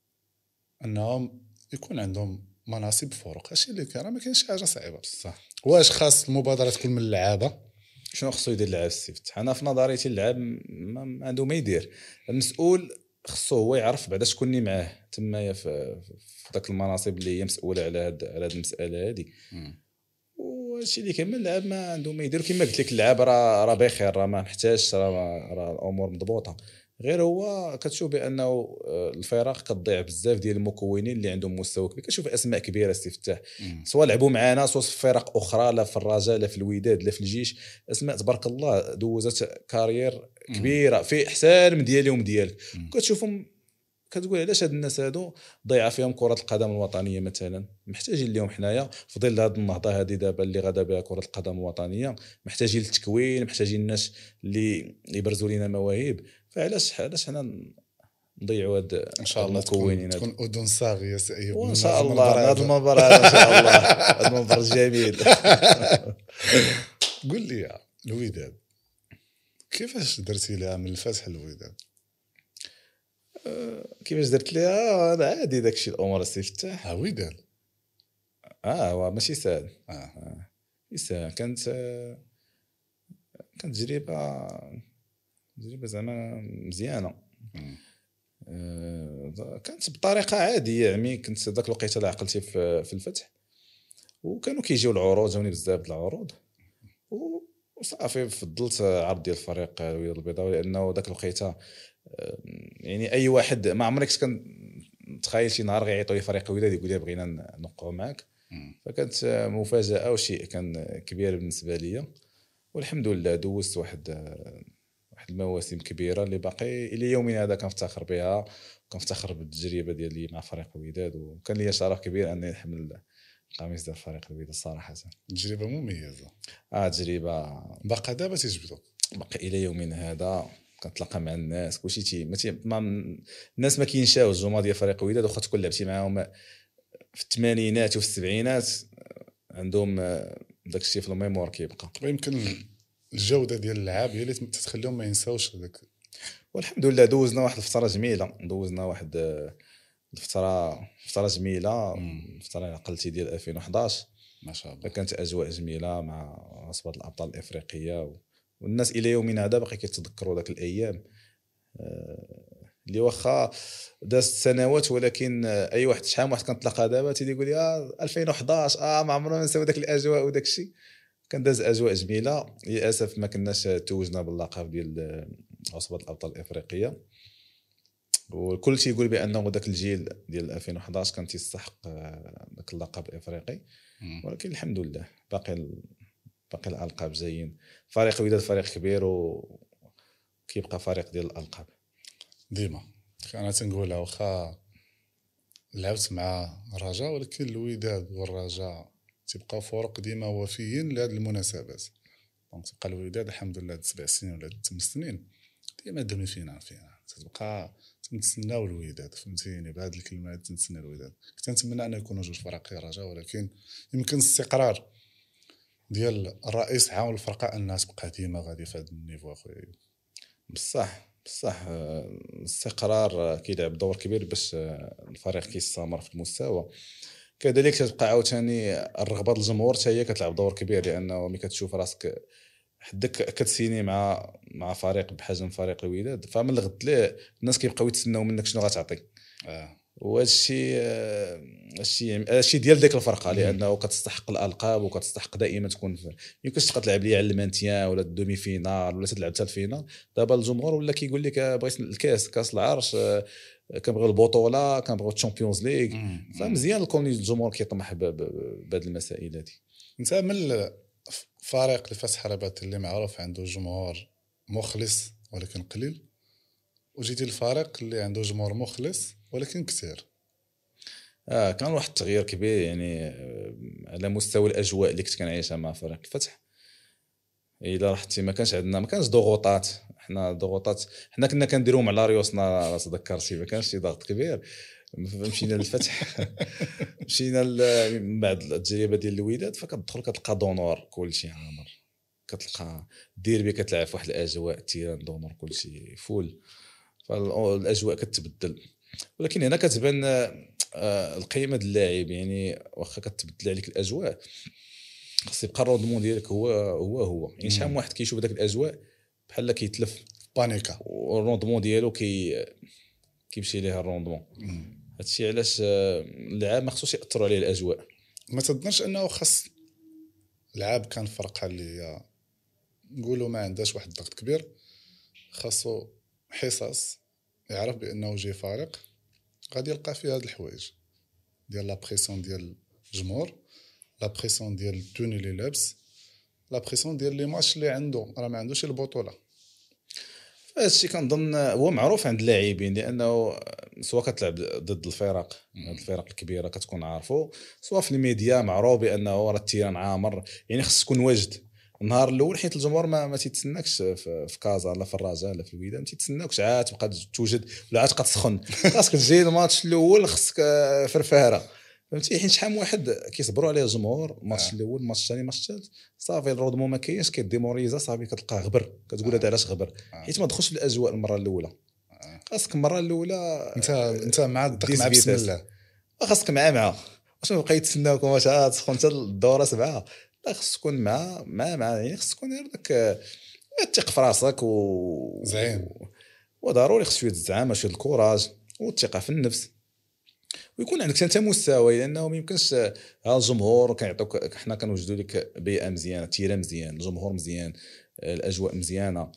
انهم يكون عندهم مناصب فوق. هادشي اللي كان ما كاينش حاجه صعيبه بصح. واش خاص المبادره تكون من اللعابه؟ شنو خصو يدير اللاعب السي فتح؟ انا في نظريتي اللاعب ما عنده ما يدير. المسؤول خصو هو يعرف بعدا شكون اللي معاه تمايا في في داك المناصب اللي هي مسؤوله على هاد على هاد المساله هادي. وهادشي اللي كامل اللاعب ما عنده ما يدير. كما قلت لك اللاعب راه راه بخير، راه ما محتاجش، راه راه الامور مضبوطه. غير هو كتشوف بانه الفرق كتضيع بزاف ديال المكونين اللي عندهم مستوى كبير. كتشوف اسماء كبيره سي فتاح، سواء لعبوا معنا سواء في فرق اخرى، لا في الرجاء لا في الوداد لا في الجيش، اسماء تبارك الله دوزت كارير كبيره في احسان من ديالي ومن ديالك. كتشوفهم كتقول علاش هاد الناس هادو ضيعه فيهم كره القدم الوطنيه مثلا. محتاجين اليوم حنايا في ظل هذه النهضه هذه دابا اللي غادا بها كره القدم الوطنيه، محتاجين التكوين، محتاجين الناس اللي يبرزوا لنا مواهب. فعلاش علاش حنا نضيعوا هاد ان شاء الله المكونين تكون, تكون اذن صاغيه سعيد ان شاء الله. هذا المنبر ان شاء الله هذا المنبر جميل. قول لي الوداد كيفاش درتي لها من الفتح الوداد؟ كيفاش درت ليها؟ انا عادي داكشي الامور السي فتاح. ها وداد اه هو ماشي سهل. اه, آه. سهل. كانت كانت تجربه تجربه زعما مزيانه. آه كانت بطريقه عاديه. يعني كنت ذاك الوقت اللي عقلتي في, في الفتح وكانوا كيجيو العروض، جاوني بزاف د العروض وصافي فضلت عرض ديال الفريق الوداد البيضاوي، لانه ذاك الوقيته يعني اي واحد ما عمرك كان تخيل شي نهار غيعيطوا لي فريق الوداد يقول لي بغينا نوقعوا معك. فكانت مفاجاه وشيء كان كبير بالنسبه لي، والحمد لله دوزت واحد واحد المواسم كبيره اللي باقي الى يومنا هذا كنفتخر بها، كنفتخر بالتجربه ديالي مع فريق الوداد، وكان لي شرف كبير اني نحمل القميص ديال فريق الوداد صراحه. تجربه مميزه. اه تجربه باقا دابا تجبدو باقي الى يومنا هذا. كنتلاقى مع الناس كلشي تي ما الناس ما كينشاوش الجمهور ديال فريق الوداد، واخا تكون لعبتي معاهم في الثمانينات وفي السبعينات عندهم داك الشيء في الميمور كيبقى. ويمكن الجوده ديال اللعاب هي اللي تخليهم ما ينساوش هذاك. والحمد لله دوزنا واحد الفتره جميله، دوزنا واحد الفتره فتره جميله. الفتره عقلتي ديال ألفين وحداش ما شاء الله كانت اجواء جميله مع عصبه الابطال الافريقيه، والناس الى يومنا هذا باقي كيتذكروا ذاك الايام اللي واخا دازت سنوات، ولكن اي واحد شحال واحد كنتلاقى دابا تيدي يقول لي اه ألفين وحداش اه ما عمرنا نساو داك الاجواء وداك الشيء. كان داز اجواء جميله. للاسف ما كناش توجنا باللقب ديال عصبه الابطال الافريقيه، والكل تيقول بانه ذاك الجيل ديال ألفين وحداش كان تيستحق ذاك اللقب الافريقي، ولكن الحمد لله باقي باقي الالقاب جايين. فريق الوداد فريق كبير وكيبقى فريق ديال الالقاب ديما. انا تنقولها واخا لعبت مع الرجاء، ولكن الوداد والرجاء تبقى فرق ديما وفيين لهذه المناسبات. دونك تبقى الوداد الحمد لله سبع سنين ولا ثمان سنين ديما دومي فينا فينا تبقى تنتسناو الوداد. فهمتيني بهذه الكلمات تنتسنى الوداد. كنت نتمنى ان يكونوا جوج فرق الرجاء، ولكن يمكن الاستقرار ديال الرئيس عاون الفرقه انها تبقى ديما غادي في هذا النيفو اخويا. بصح بصح آه، الاستقرار آه، كيلعب دور كبير باش آه، الفريق كيستمر في المستوى. كذلك تبقى عاوتاني الرغبه ديال الجمهور حتى هي كتلعب دور كبير، لانه ملي كتشوف راسك حدك كتسيني مع مع فريق بحجم فريق الوداد، فمن الغد ليه الناس كيبقاو يتسناو منك شنو غتعطي. اه وهذا الشيء آه، الشيء الشيء ديال ديك الفرقه، مم. لانه كتستحق الالقاب وكتستحق دائما تكون في، يمكنش تبقى تلعب لي على المانتيان ولا الدومي فينال ولا تلعب حتى الفينال. دابا الجمهور ولا كيقول لك آه، بغيت الكاس كاس العرش، آه، كنبغيو البطوله، كنبغيو الشامبيونز ليغ. مم. فمزيان الكون الجمهور كيطمح ب- ب- بهذه المسائل هذه. انت من فريق اللي فاس حربات اللي معروف عنده جمهور مخلص ولكن قليل، وجيتي الفريق اللي عنده جمهور مخلص ولكن كثير. اه كان واحد التغيير كبير يعني آه، على مستوى الاجواء اللي كنت كنعيشها مع فريق الفتح. الا رحتي ما كانش عندنا ما كانش ضغوطات، حنا ضغوطات حنا كنا كنديروهم على ريوسنا، راه تذكرتي ما كانش شي ضغط كبير. مشينا للفتح مشينا ل- من بعد التجربه ديال الوداد، فكتدخل كتلقى دونور كلشي عامر، كتلقى ديربي كتلعب في واحد الاجواء تيران دونور كلشي فول، فالاجواء كتبدل. ولكن هنا كتبان آه، القيمه ديال اللاعب، يعني واخا كتبدل عليك الاجواء خاص يبقى الروندمون ديالك هو هو هو يعني شحال من واحد كيشوف داك الاجواء بحال كيتلف بانيكا. والروندمون ديالو كي كيمشي ليه الروندمون. هادشي علاش آه، اللعاب ما خصوش ياثروا عليه الاجواء. ما تظنش انه خاص لعاب كان فرقه اللي هي نقولوا ما عندهاش واحد الضغط كبير، خاصو حصص يعرف بانه جاي فارق غادي يلقى فيه هاد الحوايج ديال لا بريسيون ديال الجمهور، لا بريسيون ديال التوني اللي لابس، لا بريسيون ديال لي ماتش اللي عنده، راه ما عندوش البطوله. هذا الشيء كنظن هو معروف عند اللاعبين، لانه سواء كتلعب ضد الفرق هاد الفرق الكبيره كتكون عارفو، سواء في الميديا معروف بانه راه التيران عامر، يعني خص تكون واجد النهار الاول، حيت الجمهور ما, ما تيتسناكش في, في كازا لا في الرجاء لا في الوداد، ما تيتسناوكش عاد تبقى توجد ولا عاد تبقى تسخن. خاصك تجي الماتش الاول خصك آه، فرفاره، فهمتي؟ حيت شحال من واحد كيصبروا عليه الجمهور الماتش الاول الماتش الثاني الماتش الثالث صافي الرودمون ما كاينش، كيديموريزا صافي كتلقاه غبر، كتقول هذا علاش غبر حيت ما دخلش في الاجواء المره الاولى. خاصك المره الاولى انت انت مع الدق ديز مع بسم فيتاس. الله، خاصك مع مع واش نبقى يتسناوكم واش عاد تسخن حتى الدوره سبعه، لا خص تكون مع مع مع يعني خص تكون غير داك الثقه في راسك و زعيم. وضروري خص شويه الزعامه شويه الكوراج والثقه في النفس، ويكون عندك انت مستوى، لانه ما يمكنش ها الجمهور كيعطوك، حنا كنوجدوا لك بيئه مزيانه، تيره مزيان، الجمهور مزيان، الاجواء مزيانه،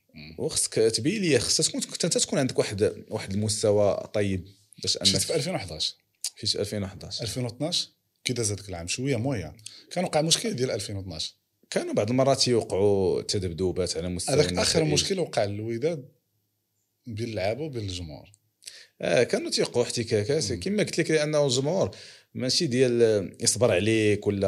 وخصك تبين لي خصك تكون انت تكون عندك واحد واحد المستوى طيب باش انك مشيت في ألفين وحداش في ألفين وحداش ألفين واثناش كي داز هذاك العام شويه مويا كان وقع مشكل ديال ألفين واثناش. كانوا بعض المرات يوقعوا تذبذبات على مستوى هذاك اخر النتائج. مشكل وقع للوداد بين اللعابه وبين الجمهور. آه كانوا تيوقعوا احتكاكات كما قلت لك، لانه الجمهور ماشي ديال يصبر عليك ولا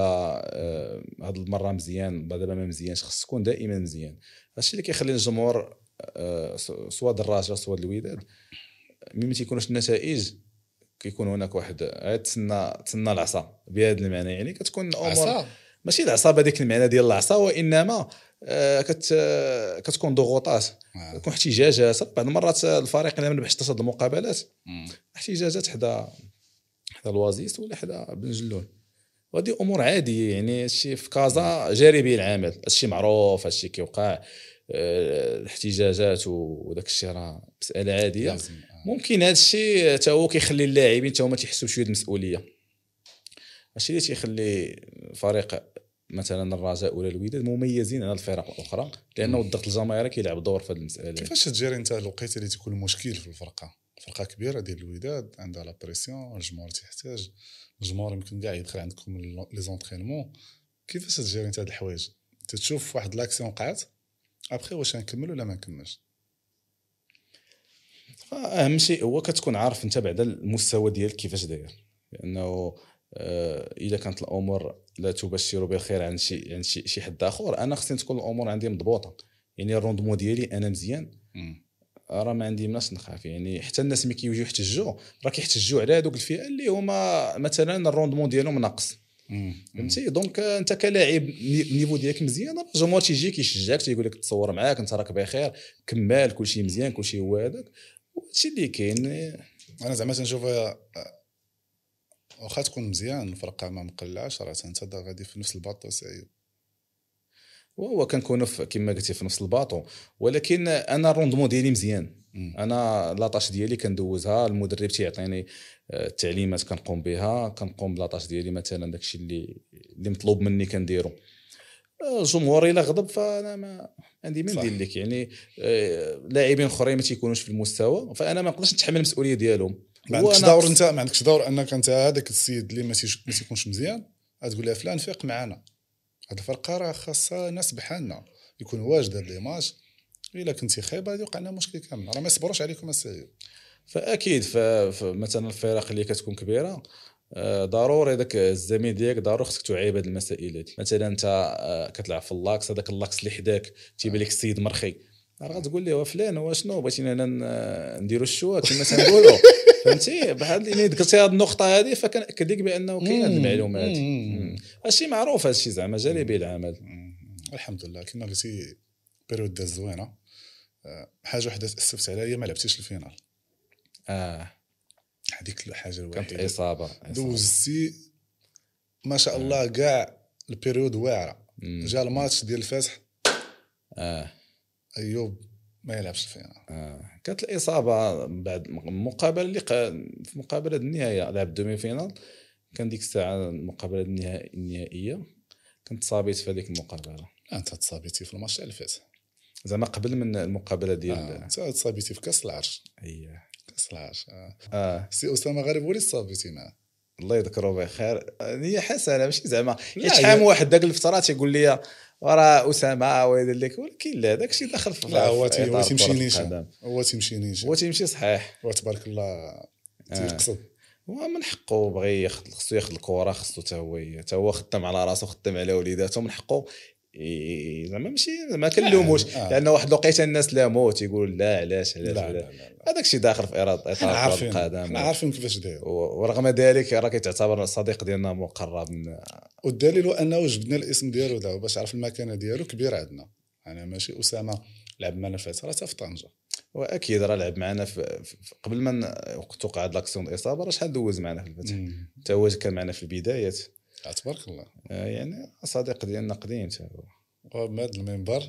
آه هاد المره مزيان دابا ما مزيانش، خص تكون دائما مزيان. هادشي اللي كيخلي الجمهور آه سواء الدراجه سواء الوداد ملي ما تيكونوش النتائج كيكون هناك واحد عاد تسنى تسنى العصا بهذا المعنى، يعني كتكون الامور عصا ماشي العصا بهذيك المعنى ديال العصا، وانما آه كت آه كتكون ضغوطات، آه. كتكون احتجاجات بعض المرات الفريق اللي ما ربحش هاد المقابلات مم. احتجاجات حدا حدا الوازيس ولا حدا بن جلون، وهذه امور عاديه يعني. هادشي في كازا جاري به العمل، هادشي معروف، هادشي كيوقع آه، الاحتجاجات وداك الشيء راه مساله عاديه. لازم. آه. ممكن هذا الشيء حتى هو كيخلي اللاعبين حتى هما تيحسوا بشويه المسؤوليه، هادشي اللي تيخلي فريق مثلا الرجاء ولا الوداد مميزين على الفرق الاخرى، لانه الضغط الجماهيري كيلعب دور في هذه المساله. كيفاش تجيري انت الوقيته اللي تكون مشكل في الفرقه، فرقه كبيره ديال الوداد عندها لا بريسيون، الجمهور تيحتاج، الجمهور يمكن كاع يدخل عندكم لي زونطرينمون، كيفاش تجيري انت هاد الحوايج؟ تتشوف واحد لاكسيون وقعت ابخي واش نكمل ولا ما نكملش؟ فاهم شيء هو كتكون عارف انت بعد المستوى ديالك كيفاش داير، لانه آه اذا كانت الامور لا تبشر بالخير عن شي عن شي, شي حد اخر، انا خصني تكون الامور عندي مضبوطه، يعني الروندمون ديالي انا مزيان، راه ما عندي مناش نخاف. يعني حتى الناس ملي كيجيو يحتجوا راه كيحتجوا على هذوك الفئه اللي هما مثلا الروندمون ديالهم ناقص، فهمتي. دونك انت كلاعب النيفو ديالك مزيان، الجمهور تيجي كيشجعك تيقول لك تصور معاك انت راك بخير كمال كلشي مزيان كلشي هو هذاك، وهادشي اللي كاين. انا زعما تنشوفها واخا تكون مزيان الفرقه ما مقلعاش راه انت غادي في نفس الباطو سعيد، وهو كنكونوا كما قلتي في نفس الباطو، ولكن انا الروندمون ديالي مزيان. مم. انا لاطاش ديالي كندوزها، المدرب تيعطيني التعليمات كنقوم بها، كنقوم بلاطاش ديالي مثلا داكشي اللي اللي مطلوب مني كنديرو. الجمهور الا غضب فانا ما عندي ما ندير لك، يعني لاعبين اخرين ما تيكونوش في المستوى فانا ما نقدرش نتحمل المسؤوليه ديالهم. ما عندكش دور انت، ما عندكش دور انك انت هذاك السيد اللي ما تيكونش مزيان غتقول له فلان فيق معنا، هاد الفرقه راه خاصها ناس بحالنا يكون واجد هاد لي ماتش، الا كنتي خايب غادي يوقع لنا مشكل كامل، راه ما يصبروش عليكم السيد. فاكيد فمثلا الفرق اللي كتكون كبيره ضروري داك الزميل ديالك ضروري خصك تعيب هذه المسائل هذه. مثلا انت كتلعب في اللاكس، هذاك اللاكس اللي حداك تيبان لك السيد مرخي، راه غتقول ليه فلان هو شنو بغيتينا انا نديروا الشوا كما تنقولوا فهمتي. بحال اللي ذكرتي هذه النقطه هذه فكنأكد لك بانه كاين هذه المعلومات. هادشي معروف، هادشي زعما جاري به العمل. الحمد لله. كما قلتي بيريود داز زوينه. حاجه وحده تاسفت عليها هي ما لعبتيش الفينال. اه هذيك الحاجه الوحيده كانت اصابه, إصابة. دوزتي ما شاء الله كاع البيريود واعره. جا الماتش ديال الفتح اه ايوب ما يلعبش الفينال. اه كانت الاصابه بعد مقابله اللي في مقابله النهائيه لعب دومي فينال، كان ديك الساعه المقابله النهائيه النهائيه كنت صابيت في هذيك المقابله. انت تصابيتي في الماتش اللي فات زعما قبل من المقابله ديال آه. انت تصابيتي في كاس العرش. اييه كاس العرش. اه, آه. سي اسامه غريب ولي صابيتي معاه الله يذكره بخير. هي حسنه ماشي زعما شحال واحد داك الفتره تيقول لي راه اسامه ويدير لك، ولكن لا داكشي داخل في لا هو هو تيمشي نيشان هو تيمشي نيشان هو تيمشي صحيح وتبارك الله تيقصد. هو من حقه بغى ياخذ خصو ياخذ الكره، خصو حتى هو حتى هو خدام على راسو خدام على وليداته، من حقه زعما ماشي ما كنلوموش آه. لان واحد الوقيته الناس لاموا تيقولوا لا علاش علاش هذاك الشيء داخل في اراده اطار القدم. حنا عارفين كيفاش داير، ورغم ذلك راه كيتعتبر صديق ديالنا مقرب من... والدليل هو انه جبدنا الاسم ديالو دابا باش عرف المكانه ديالو كبير عندنا. يعني ماشي اسامه لعب معنا في فتره في طنجه، واكيد راه لعب معنا في قبل ما وقت وقع هاد لاكسيون الاصابه، راه شحال دوز معنا في الفتح، حتى هو كان معنا في البدايات تبارك الله. آه يعني صديق ديالنا قديم حتى هو. وبهذا المنبر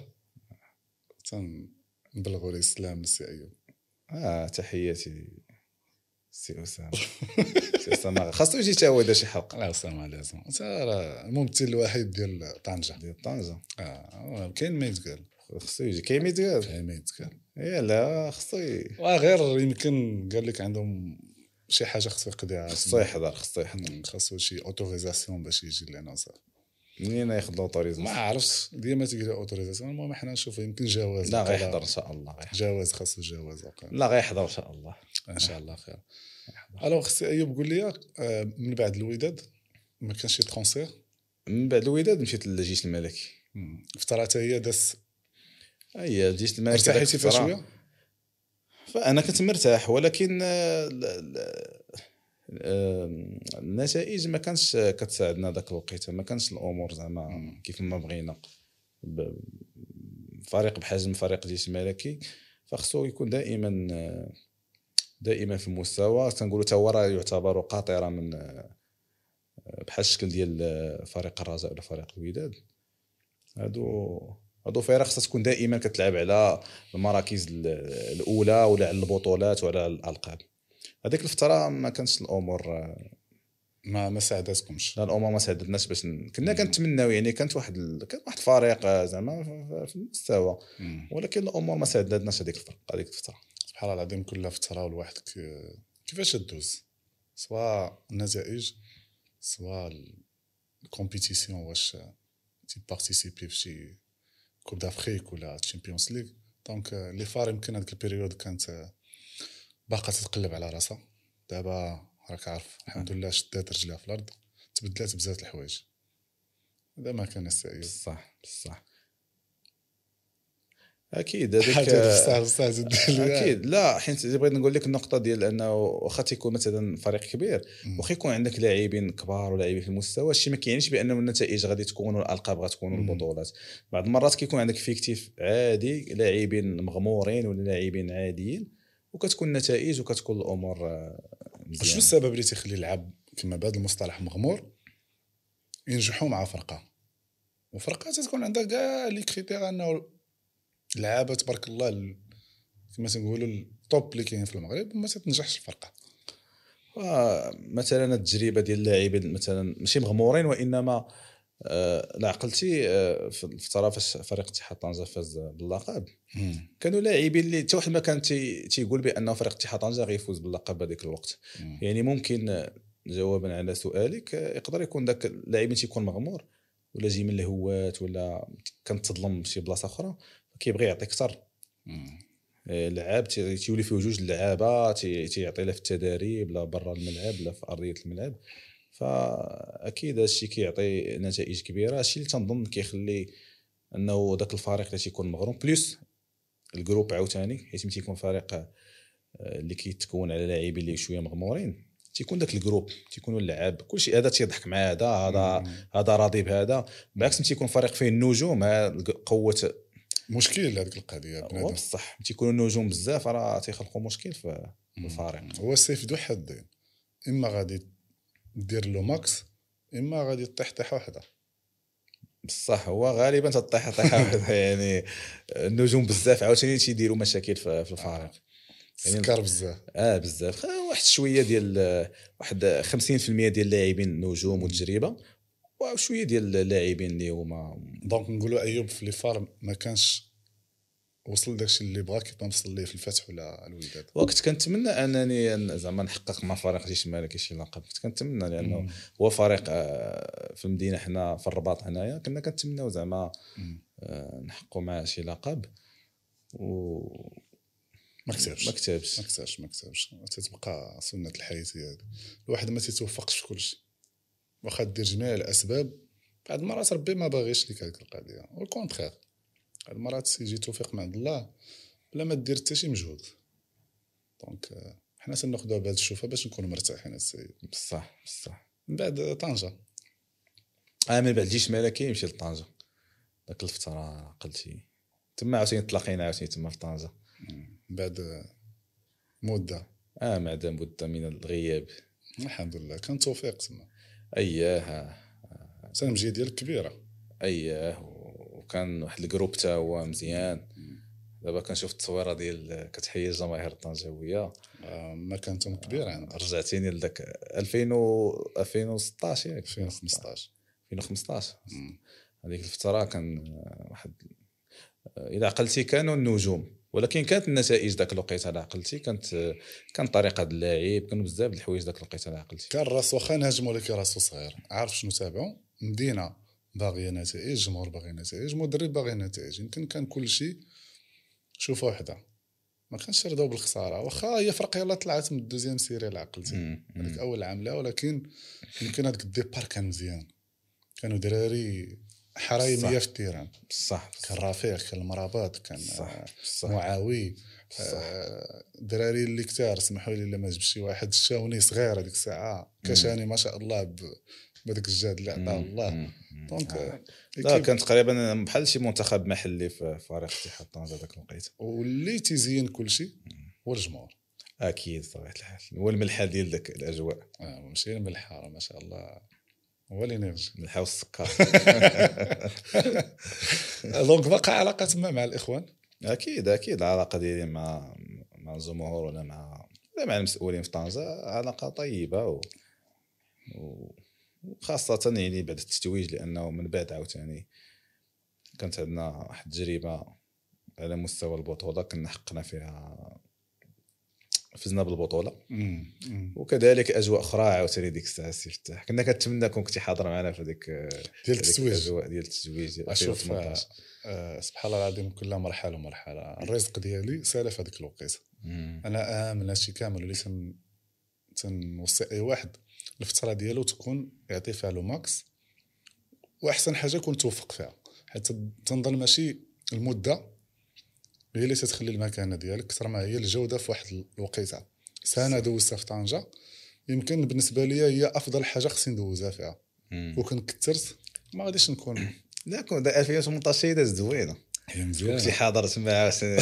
تنبلغوا لي السلام للسي ايوب. اه تحياتي سي اسامه. سي اسامه خاصو يجي حتى هو يدير شي حلقه. لا اسامه لازم، انت راه الممثل الوحيد ديال طنجه. ديال طنجه اه كاين ما يتقال، خصو يجي. كاين ما يتقال كاين ما يتقال يلا خصو وغير يمكن قال لك عندهم شي حاجه خصو يقضيها، خصو يحضر خصو يحضر خاصو شي اوتوريزاسيون باش يجي لنا صافي. منين ياخذ الاوتوريزاسيون ما عرفتش ديما تيقول اوتوريزاسيون. المهم حنا نشوفوا يمكن جواز. لا غيحضر ان شاء الله. غيحضر جواز خاصو جواز. لا غيحضر ان شاء الله ان شاء الله خير. الو خصي ايوب قول لي من بعد الوداد ما كانش شي ترونسير؟ من بعد الوداد مشيت للجيش الملكي. فتره حتى هي داس هي الجيش الملكي ارتحيتي فيها شويه؟ فانا كنت مرتاح، ولكن النتائج ما كانش كتساعدنا ذاك الوقيته، ما كانش الامور زعما كيف ما بغينا. فريق بحجم فريق الجيش الملكي فخصو يكون دائما دائما في المستوى. تنقولوا حتى هو راه يعتبر قاطره من بحال الشكل ديال فريق الرجاء ولا فريق الوداد. هادو هادو فرق خصها تكون دائما كتلعب على المراكز الاولى ولا على البطولات ولا على الالقاب. هذيك الفتره ما كانش الامور ما ما ساعدتكمش. لا الامور ما ساعدتناش باش كنا كنتمناو، يعني كانت واحد ال... كان واحد الفريق زعما في المستوى، ولكن الامور ما ساعدناش هذيك الفرق هذيك الفتره. سبحان الله العظيم كل فتره والواحد كيفاش تدوز سواء النتائج سواء الكومبيتيسيون، واش تي بارتيسيبي في شي كوب دافريك ولا تشامبيونز ليغ. دونك لي فار يمكن هذيك البيريود كانت باقا تتقلب على راسها. دابا راك عارف الحمد لله شدات رجلها في الارض، تبدلات بزاف الحوايج. هذا ما كان السعيد بصح بصح اكيد هذيك حاجه بصح بصح زيد لي. اكيد لا، حيت بغيت نقول لك النقطه ديال انه واخا تيكون مثلا فريق كبير، واخا يكون عندك لاعبين كبار ولاعبين في المستوى، الشيء ما كيعنيش بانه النتائج غادي تكون والالقاب غتكون والبطولات. بعض المرات كيكون عندك فيكتيف عادي، لاعبين مغمورين ولا لاعبين عاديين، وكتكون النتائج وكتكون الامور آه، مزيانه. شنو السبب اللي تيخلي اللعب كما بهذا المصطلح مغمور ينجحوا مع فرقه، وفرقه تكون عندها كاع لي كريتير انه لعابه تبارك الله ال- كما تنقولوا الطوب اللي كاين في المغرب وما تنجحش الفرقه؟ آه، مثلا التجربه ديال اللاعبين مثلا ماشي مغمورين، وانما آه، لا عقلتي آه، في الفتره فاش فريق اتحاد طنجه فاز باللقب، كانوا لاعبين اللي حتى واحد ما كان تي- تيقول بانه فريق اتحاد طنجه غيفوز باللقب هذاك الوقت. مم. يعني ممكن آه، جوابا على سؤالك آه، يقدر يكون ذاك اللاعبين تيكون مغمور ولا جاي من الهوات ولا كانت تظلم بشي بلاصه اخرى، كيبغي يعطي اكثر. مم. لعاب تي- تيولي فيه جوج اللعابه تي- تيعطي له في التدريب لا برا الملعب لا في ارضيه الملعب، فاكيد هذا الشيء كيعطي نتائج كبيره. الشيء اللي تنظن كيخلي انه ذاك الفريق اللي تيكون مغروم بليس الجروب عاوتاني، حيت ملي تيكون فريق آه، اللي كيتكون على لاعبين اللي شويه مغمورين، تيكون ذاك الجروب تيكونوا اللعاب كلشي هذا تيضحك مع هذا، هذا مم. هذا راضي بهذا. بالعكس ملي تيكون فريق فيه النجوم مع قوه مشكل هذيك القضيه بنادم. وبصح تيكونوا النجوم بزاف راه تيخلقوا مشكل في الفريق. هو السيف ذو حدين، اما غادي دير له ماكس اما غادي تطيح طيحه واحده. بصح هو غالبا تطيح طيحه واحده يعني النجوم بزاف عاوتاني تيديروا مشاكل في في الفريق. يعني سكر بزاف. اه بزاف واحد شويه ديال واحد خمسين بالمية ديال اللاعبين نجوم وتجربه، وشويه ديال اللاعبين اللي هما دونك نقولوا ايوب في لي فار ما كانش وصل داكشي اللي بغا كيبقى نوصل ليه في الفتح ولا الوداد. وقت كنتمنى انني زعما نحقق مع فريق جيش الملكي شي لقب، كنت كنتمنى لانه مم. هو فريق آه، في المدينه حنا في الرباط هنايا كنا كنتمناو زعما مم. آه، نحققوا معاه شي لقب و ما كتبش ما كتبش. ما كتبش ما كتبش تتبقى سنه الحياه هذه، الواحد ما تيتوفقش في كلشي واخا دير جميع الاسباب، بعض المرات ربي ما باغيش لك هذيك القضيه، والكونتخير بعض المرات يجي توفيق من عند الله بلا ما دير حتى شي مجهود. دونك آه، حنا تناخذوها بهذا الشوفه باش نكونوا مرتاحين السيد. بصح بصح من بعد طنجه اه من بعد جيش ملكي يمشي لطنجه ذاك الفتره قلتي تما عاوتاني تلاقينا عاوتاني تما في طنجه من بعد آه، مده اه مع مده من الغياب. الحمد لله كان توفيق تما. اياه سنه مجيه ديالك كبيره. اياه وكان واحد الجروب تا هو مزيان. دابا كنشوف التصويره ديال كتحيي الجماهير الطنجاويه آه، ما كانتم كبيره عندك. رجعتيني لذاك ألفين و ألفين وستطاش ياك ألفين وخمسطاش ألفين وخمسطاش مم. هذيك الفتره كان واحد اذا عقلتي كانوا النجوم، ولكن كانت النتائج ذاك الوقت على عقلتي كانت كان طريقه اللاعب كانوا بزاف د الحوايج ذاك الوقت على عقلتي. كان راس واخا نهاجموا ولكن راسو صغير عارف شنو تابعوا، مدينه باغيه نتائج، جمهور باغي نتائج، مدرب باغي نتائج، يمكن كان كل شيء شوفه وحده، ما كانش يرضاو بالخساره واخا هي فرق يلا طلعت من الدوزيام سيري على عقلتي مم. هذيك اول عام لا، ولكن يمكن هذاك الديبار كان مزيان، كانوا دراري حرايميه صح. في التيران، بصح كان رفيق كان المرابط كان صح آه، صح معاوي آه، دراري اللي كتار سمحوا لي لما جبت شي واحد الشاوني صغير هذيك الساعه كشاني ما شاء الله ب- بهذاك الجهد اللي عطاه الله. دونك آه، لا كيف- كان تقريبا بحال شي منتخب محلي في فريق اتحاد طنجه ذاك الوقت. واللي تيزين كل شيء هو الجمهور. اكيد طبيعه الحال هو الملحه ديال ذاك الاجواء، آه، ماشي من الحاره ما شاء الله هو اللي نرجع. الملحه والسكر. دونك بقى علاقه تما مع الاخوان. اكيد اكيد العلاقه ديالي مع مع الجمهور ولا مع ولا مع المسؤولين في طنجه علاقه طيبه و... و... وخاصه يعني بعد التتويج، لانه من بعد عاوتاني كانت عندنا واحد التجربه على مستوى البطوله كنا حقنا فيها فزنا بالبطوله، وكذلك اجواء اخرى عاوتاني ديك الساعه سي فتاح كنا كنتمنى كون كنتي حاضر معنا في هذيك ديال التتويج. الاجواء ديال التتويج ديال اشوف ألفين وثمنطاش. آه، سبحان الله العظيم كل مرحله ومرحله الرزق ديالي سالف هذيك الوقيته. مم. انا امن هادشي كامل اللي تن تنوصي اي واحد الفتره ديالو تكون يعطي فيها لو ماكس، واحسن حاجه يكون توفق فيها، حيت تنظن ماشي المده هي اللي تتخلي المكانه ديالك اكثر ما هي الجوده في واحد الوقيته. سنه دوزتها في طنجه يمكن بالنسبه لي هي افضل حاجه خصني ندوزها فيها. وكن كثرت ما غاديش نكون لا كون ألفين وثمنطاش دازت زوينه، هي مزيانه كنتي حاضر تما عاوتاني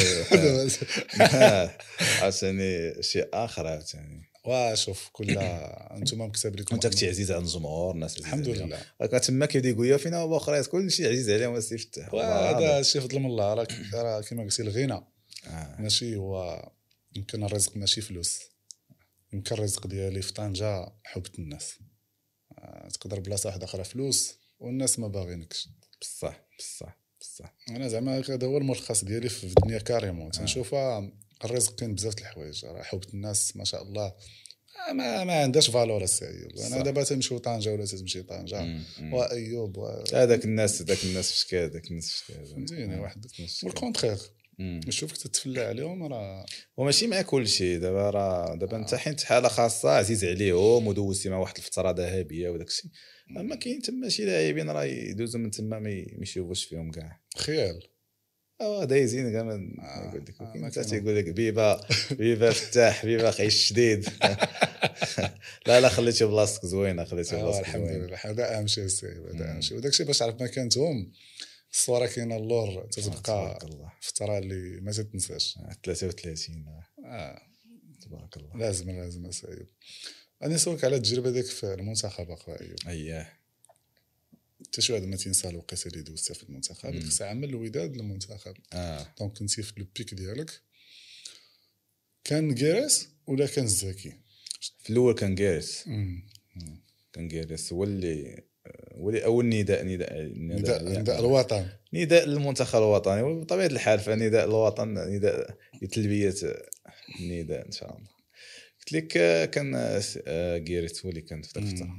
عاوتاني شيء اخر عاوتاني. وشوف كل انتم مكتب لكم انت كنتي عزيز على الجمهور، الناس عزيز الحمد عليهم. لله. راه تما كيبدا يقول يا فينا هو اخرين كل شيء عزيز عليهم السي فتح. وهذا الشيء فضل من الله. راه راه كما قلتي الغنى آه. ماشي هو يمكن الرزق ماشي فلوس. يمكن الرزق ديالي في طنجه حب الناس. آه، تقدر بلاصه واحده اخرى فلوس والناس ما باغينكش. بصح بصح بصح انا زعما هذا هو الملخص ديالي في الدنيا كاريمون. تنشوفها الرزق كاين بزاف د الحوايج. راه حب الناس ما شاء الله ما ما عندهاش فالور السعيد. انا دابا تنمشيو طنجه ولا تمشي طنجه وايوب و... هذاك الناس هذاك الناس في شكال هذاك الناس في شكال فهمتيني واحد والكونترير نشوفك تتفلى عليهم. راه وماشي مع كل شيء دابا راه دابا انت حيت حاله خاصه عزيز عليهم ودوزتي مع واحد الفتره ذهبيه وداك الشيء. اما كاين تما شي لاعبين راه يدوزوا من تما ما يشوفوش فيهم كاع خيال. اه دايزين كاع ما نقول لك. انت تيقول لك بيبا بيبا فتاح بيبا خيش شديد. لا لا خليتي بلاصتك زوينه خليتي آه بلاصتك الحمد زوينه. لله. هذا اهم شيء السيد. هذا اهم شيء. وداك الشيء باش عرف مكانتهم الصوره كاينه اللور تتبقى فتره اللي ما تتنساش. ثلاثة وثلاثين اه تبارك الله. لازم لازم السيد. انا نسولك على التجربه ديك في المنتخب اخويا ايوب. اييه حتى شي واحد ما تينسى الوقيته اللي دوزتها في المنتخب. ديك الساعه من الوداد للمنتخب. اه دونك كنتي في البيك ديالك. كان كيرس ولا كان الزكي؟ في الاول كان جالس امم كان جالس هو اللي هو اللي اول نداء نداء نداء نداء الوطن نداء للمنتخب الوطني. وبطبيعه الحال فنداء الوطن نداء لتلبيه النداء ان شاء الله. قلت لك كان جيريت هو اللي كان في ذاك الفتره.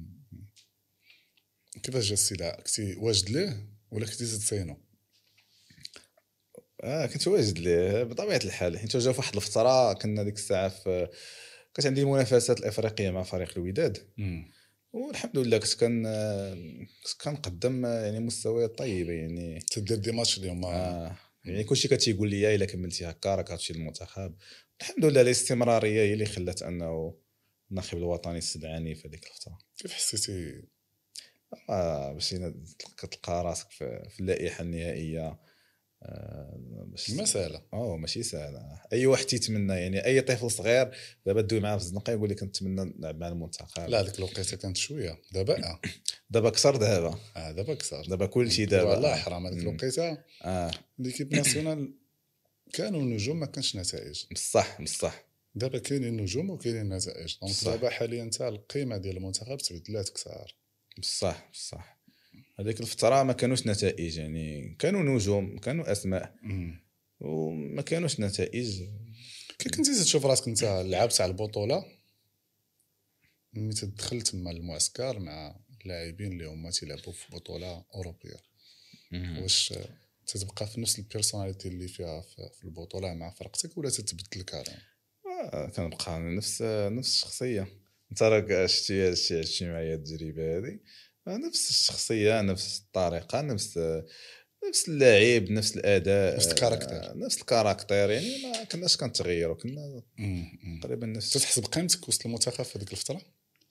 كيفاش جا السلاح؟ كنتي واجد ليه ولا كنتي تتصينو؟ اه كنت واجد ليه بطبيعه الحال حيت جا في واحد الفتره كنا ديك الساعه في كانت عندي المنافسات الافريقيه مع فريق الوداد. والحمد لله كنت كان كنت كنقدم يعني مستويات طيبه يعني تدير دي ماتش اليوم. آه. يعني كلشي كتيقول لي الا كملتي هكا راك غتمشي للمنتخب. الحمد لله الاستمراريه هي اللي خلات انه الناخب الوطني استدعاني في هذيك الفتره. كيف حسيتي آه باش كتلقى راسك في, في اللائحه النهائيه؟ آه ما سهله. اه ماشي سهله. اي واحد تيتمنى يعني اي طفل صغير دابا دوي معاه في الزنقه يقول لك كنتمنى نلعب مع المنتخب. لا هذيك الوقيته كانت شويه. دابا دابا كثر دابا اه دابا كثر دابا كلشي دابا والله حرام. هذيك الوقيته اه ليكيب ناسيونال كانوا النجوم ما كانش نتائج. بصح بصح دابا كاينين النجوم وكاينين النتائج. دونك دابا حاليا حتى القيمه ديال المنتخب تبدلات كثار. بصح بصح هذيك الفتره ما كانوش نتائج يعني كانوا نجوم كانوا اسماء مم. وما كانوش نتائج. كي كنتي تشوف راسك انت لعبت على البطوله ملي تدخلت مع المعسكر مع اللاعبين اللي هما تيلعبوا في بطوله اوروبيه واش تتبقى في نفس البيرسوناليتي اللي فيها في البطوله مع فرقتك ولا تتبدل كارون؟ آه كنبقى نفس نفس الشخصيه. انت راك شتي شتي معايا التجربه هذه نفس الشخصيه نفس الطريقه نفس نفس اللاعب نفس الاداء نفس الكاركتير نفس الكاركتير يعني ما كناش كنتغيروا كنا تقريبا نفس. تحس بقيمتك وسط المنتخب في هذيك الفتره؟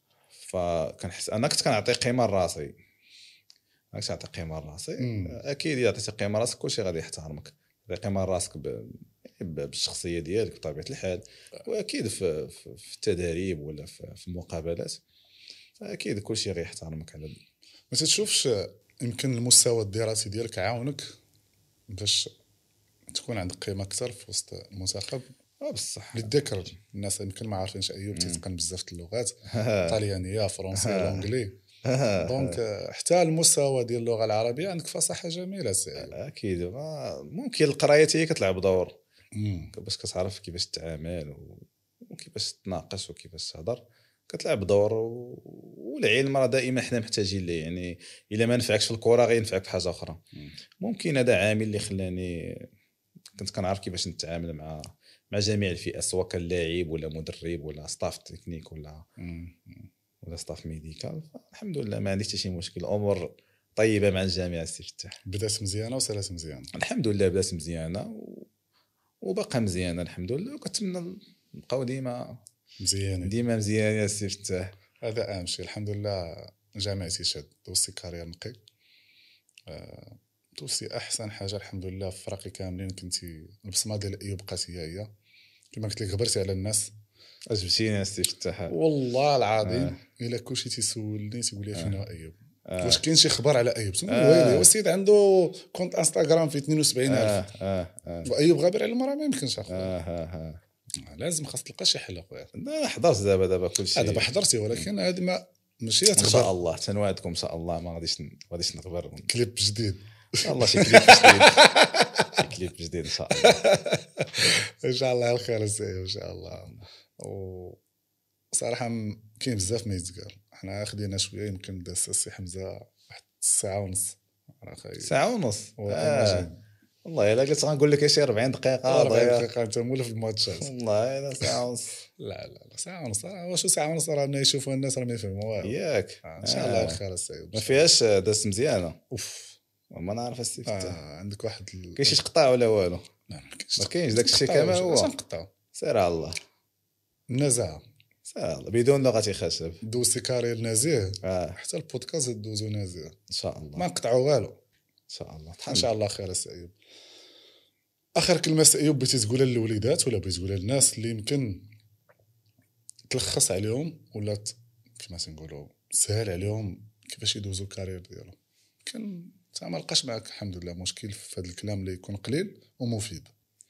فكنحس انا كنت كنعطي قيمه لراسي. راك تعطي قيمه لراسي اكيد الا عطيتي قيمه لراسك كلشي غادي يحترمك. تعطي قيمه لراسك ب... بالشخصيه ديالك بطبيعه الحال. واكيد في, في, في التدريب ولا في, في المقابلات فاكيد كلشي غيحترمك على. ما تشوفش يمكن المستوى الدراسي ديالك عاونك باش تكون عندك قيمه اكثر في وسط المنتخب؟ اه بصح للذكر الناس يمكن ما عارفينش ايوب تيتقن بزاف اللغات طاليانيه فرنسيه الانجلي. دونك حتى المستوى ديال اللغه العربيه عندك فصاحه جميله سي. اكيد ممكن القرايه هي كتلعب دور باش كتعرف كيفاش تتعامل وكيفاش تناقش وكيفاش تهضر كتلعب دور. والعلم راه دائما حنا محتاجين ليه يعني الا ما نفعكش في الكره غينفعك في حاجه اخرى. ممكن هذا عامل اللي خلاني كنت كنعرف كيفاش نتعامل مع مع جميع الفئات سواء كان لاعب ولا مدرب ولا ستاف تكنيك ولا ولا ستاف ميديكال. الحمد لله ما عنديش حتى شي مشكل. الامور طيبه مع الجميع السي فتاح. بدات مزيانه وسالات مزيانه. الحمد لله بدات مزيانه و... وباقا مزيانه الحمد لله، وكنتمنى نبقاو ديما مزيانين. ديما مزيان يا سي فتاح. هذا اهم شيء الحمد لله. جامعتي شاد دوزتي كارير نقي، آه، دوزتي احسن حاجه الحمد لله. في فراقي كاملين كنتي البصمه ديال ايوب بقات هي هي كما قلت لك. غبرتي على الناس عجبتيني يا سي فتاح والله العظيم. آه. الا كلشي تيسولني تيقول لي فين هو ايوب، آه. واش كاين شي خبر على ايوب؟ تنقول آه. ويلي والسيد عنده كونت انستغرام في اثنين وسبعين اه ألف اه اه وايوب غابر على المراه ما يمكنش اخويا. اه اه آه. لازم خاص تلقى شي حل اخويا. لا حضرت دابا دابا كلشي. آه دابا حضرتي ولكن هذه ما ماشي ان شاء تخبر. الله تنوعدكم ان شاء الله ما غاديش ما غاديش نغبر كليب جديد ان شاء الله. شي كليب جديد شي كليب جديد ان شاء الله. ان شاء الله على خير السي ان شاء الله. وصراحه م- كاين بزاف ما يتقال. حنا خدينا شويه يمكن داز السي حمزه واحد الساعه ونص راه خايب. ساعه ونص آه. آه. والله الا قلت غنقول لك شي أربعين دقيقه أربعين ضيع. دقيقه انت مولف الماتشات. والله الا ساعه ونص. لا لا لا ساعه ونص. راه واش ساعه ونص راه ملي يشوفوا الناس راه ما يفهموا والو. ياك آه، ان شاء الله على خير السي. ما فيهاش داس مزيانه. اوف ما نعرف السي فتاح. آه عندك واحد ال... كاين شي تقطع ولا والو؟ لا ما كاينش ما كاينش داك الشيء نقطعو، كما هو. اش نقطعو؟ سير على الله النزاهه. سير على الله بدون لغه خشب. دوزتي كارير نزيه، اه حتى البودكاست دوزو نزيه. ان شاء الله ما نقطعو والو. ان شاء الله ان شاء الله خير السي ايوب. اخر كلمه سي ايوب بغيتي تقولها للوليدات ولا بغيتي تقولها للناس اللي يمكن تلخص عليهم ولا ت... كما تنقولوا سهل عليهم كيفاش يدوزوا الكارير ديالهم؟ كان تا ما لقاش معك الحمد لله مشكل في هذا الكلام اللي يكون قليل ومفيد.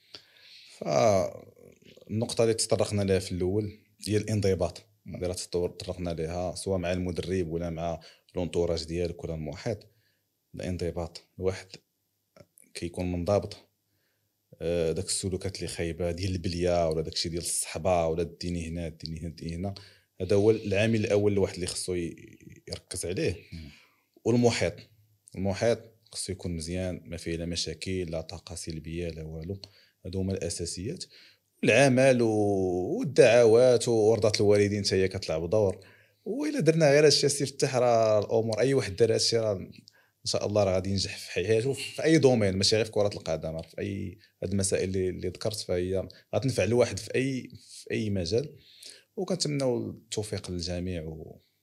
فالنقطه اللي تطرقنا لها في الاول هي الانضباط. اللي راه تطرقنا لها سواء مع المدرب ولا مع لونطوراج ديالك ولا المحيط. الانضباط الواحد كيكون منضبط. آه، داك السلوكات اللي خايبه ديال البليه ولا داكشي ديال الصحبه ولا ديني هنا ديني هنا ديني هنا، هذا هو العامل الاول الواحد اللي خصو ي- يركز عليه. والمحيط المحيط خصو يكون مزيان، ما فيه لا مشاكل لا طاقه سلبيه لا والو. هادو هما الاساسيات. العمل والدعوات وورضات الوالدين حتى هي كتلعب دور. وإلا درنا غير هادشي سي فتح راه الامور اي واحد دار هادشي راه ان شاء الله راه غادي ينجح في حياته في اي دومين، ماشي غير في كره القدم، راه في اي هاد المسائل اللي, اللي ذكرت فهي غتنفع الواحد في اي في اي مجال. وكنتمنوا التوفيق للجميع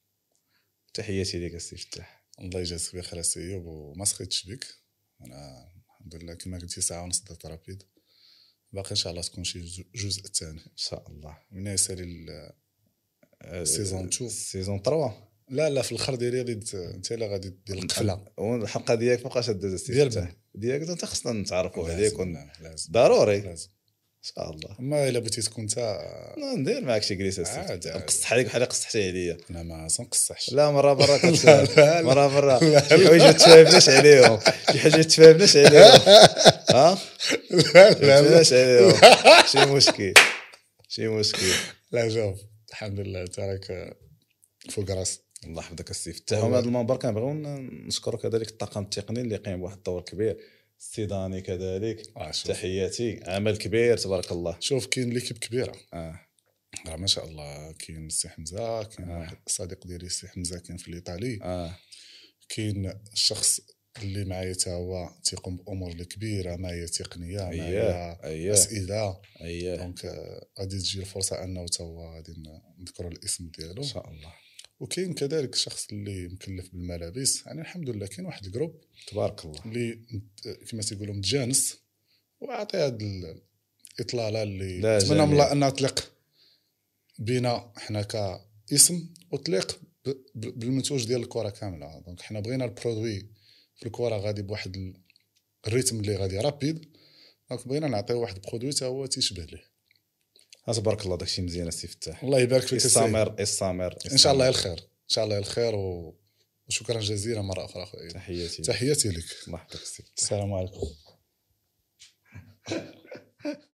وتحياتي لك السي فتاح. الله يجازيك بخير السي ايوب وما سخيتش بك. انا الحمد لله كما قلتي ساعه ونص دات رابيد، باقي ان شاء الله تكون شي جزء ثاني ان شاء الله من يسالي السيزون اثنين. سيزون ثلاثة. لا لا في الاخر ديالي غادي ت- انت اللي غادي دير القفله والحلقه ديالك فوقاش داز السي ديال فتاح من؟ ديالك انت خصنا نتعرفوا عليك لازم، ون- نعم، لازم ضروري ان لازم. شاء الله. اما الا بغيتي تكون انت ندير معاك شي جليسه السي عادي، فتاح. عادي. نقصح عليك بحال اللي قصحتي عليا. انا ما تنقصحش. لا مره مره كت... لا، لا. مره مره شي حوايج ما تفاهمناش عليهم شي حاجه ما تفاهمناش عليهم ها لا ما لا تفاهمناش عليهم شي مشكل شي مشكل. لا شوف الحمد لله انت راك فوق راس. الله يحفظك السي فتاح. ومن هذا المنبر كنبغيو نشكر كذلك الطاقم التقني اللي قايم بواحد الدور كبير. السي داني كذلك آه، شوف. تحياتي، عمل كبير تبارك الله. شوف كاين ليكيب كبيره اه راه ما شاء الله. كاين السي حمزه، كاين آه. واحد الصديق ديالي السي حمزه كاين في الايطالي، اه كاين الشخص اللي معايا حتى هو تيقوم بامور اللي كبيره معايا تقنيه اييه معايا اييه اسئله. اييه دونك آه، غادي تجي الفرصه انه حتى هو غادي نذكر الاسم ديالو. ان شاء الله وكاين كذلك الشخص اللي مكلف بالملابس. يعني الحمد لله كاين واحد الجروب تبارك الله. اللي كما تيقولوا متجانس وعطي هاد الاطلاله اللي لا، نتمنى من جميل. الله انها تليق بينا حنا كاسم وتليق ب- ب- بالمنتوج ديال الكره كامله. دونك حنا بغينا البرودوي في الكره غادي بواحد ال- الريتم اللي غادي رابيد. دونك بغينا نعطيو واحد البرودوي حتى هو تيشبه ليه. ها تبارك الله داكشي مزيان السي فتاح. الله يبارك فيك السي. استمر استمر ان شاء الله الخير ان شاء الله الخير و... وشكرا جزيلا مره اخرى اخويا. تحياتي تحياتي لك. الله يحفظك السي فتاح. السلام عليكم.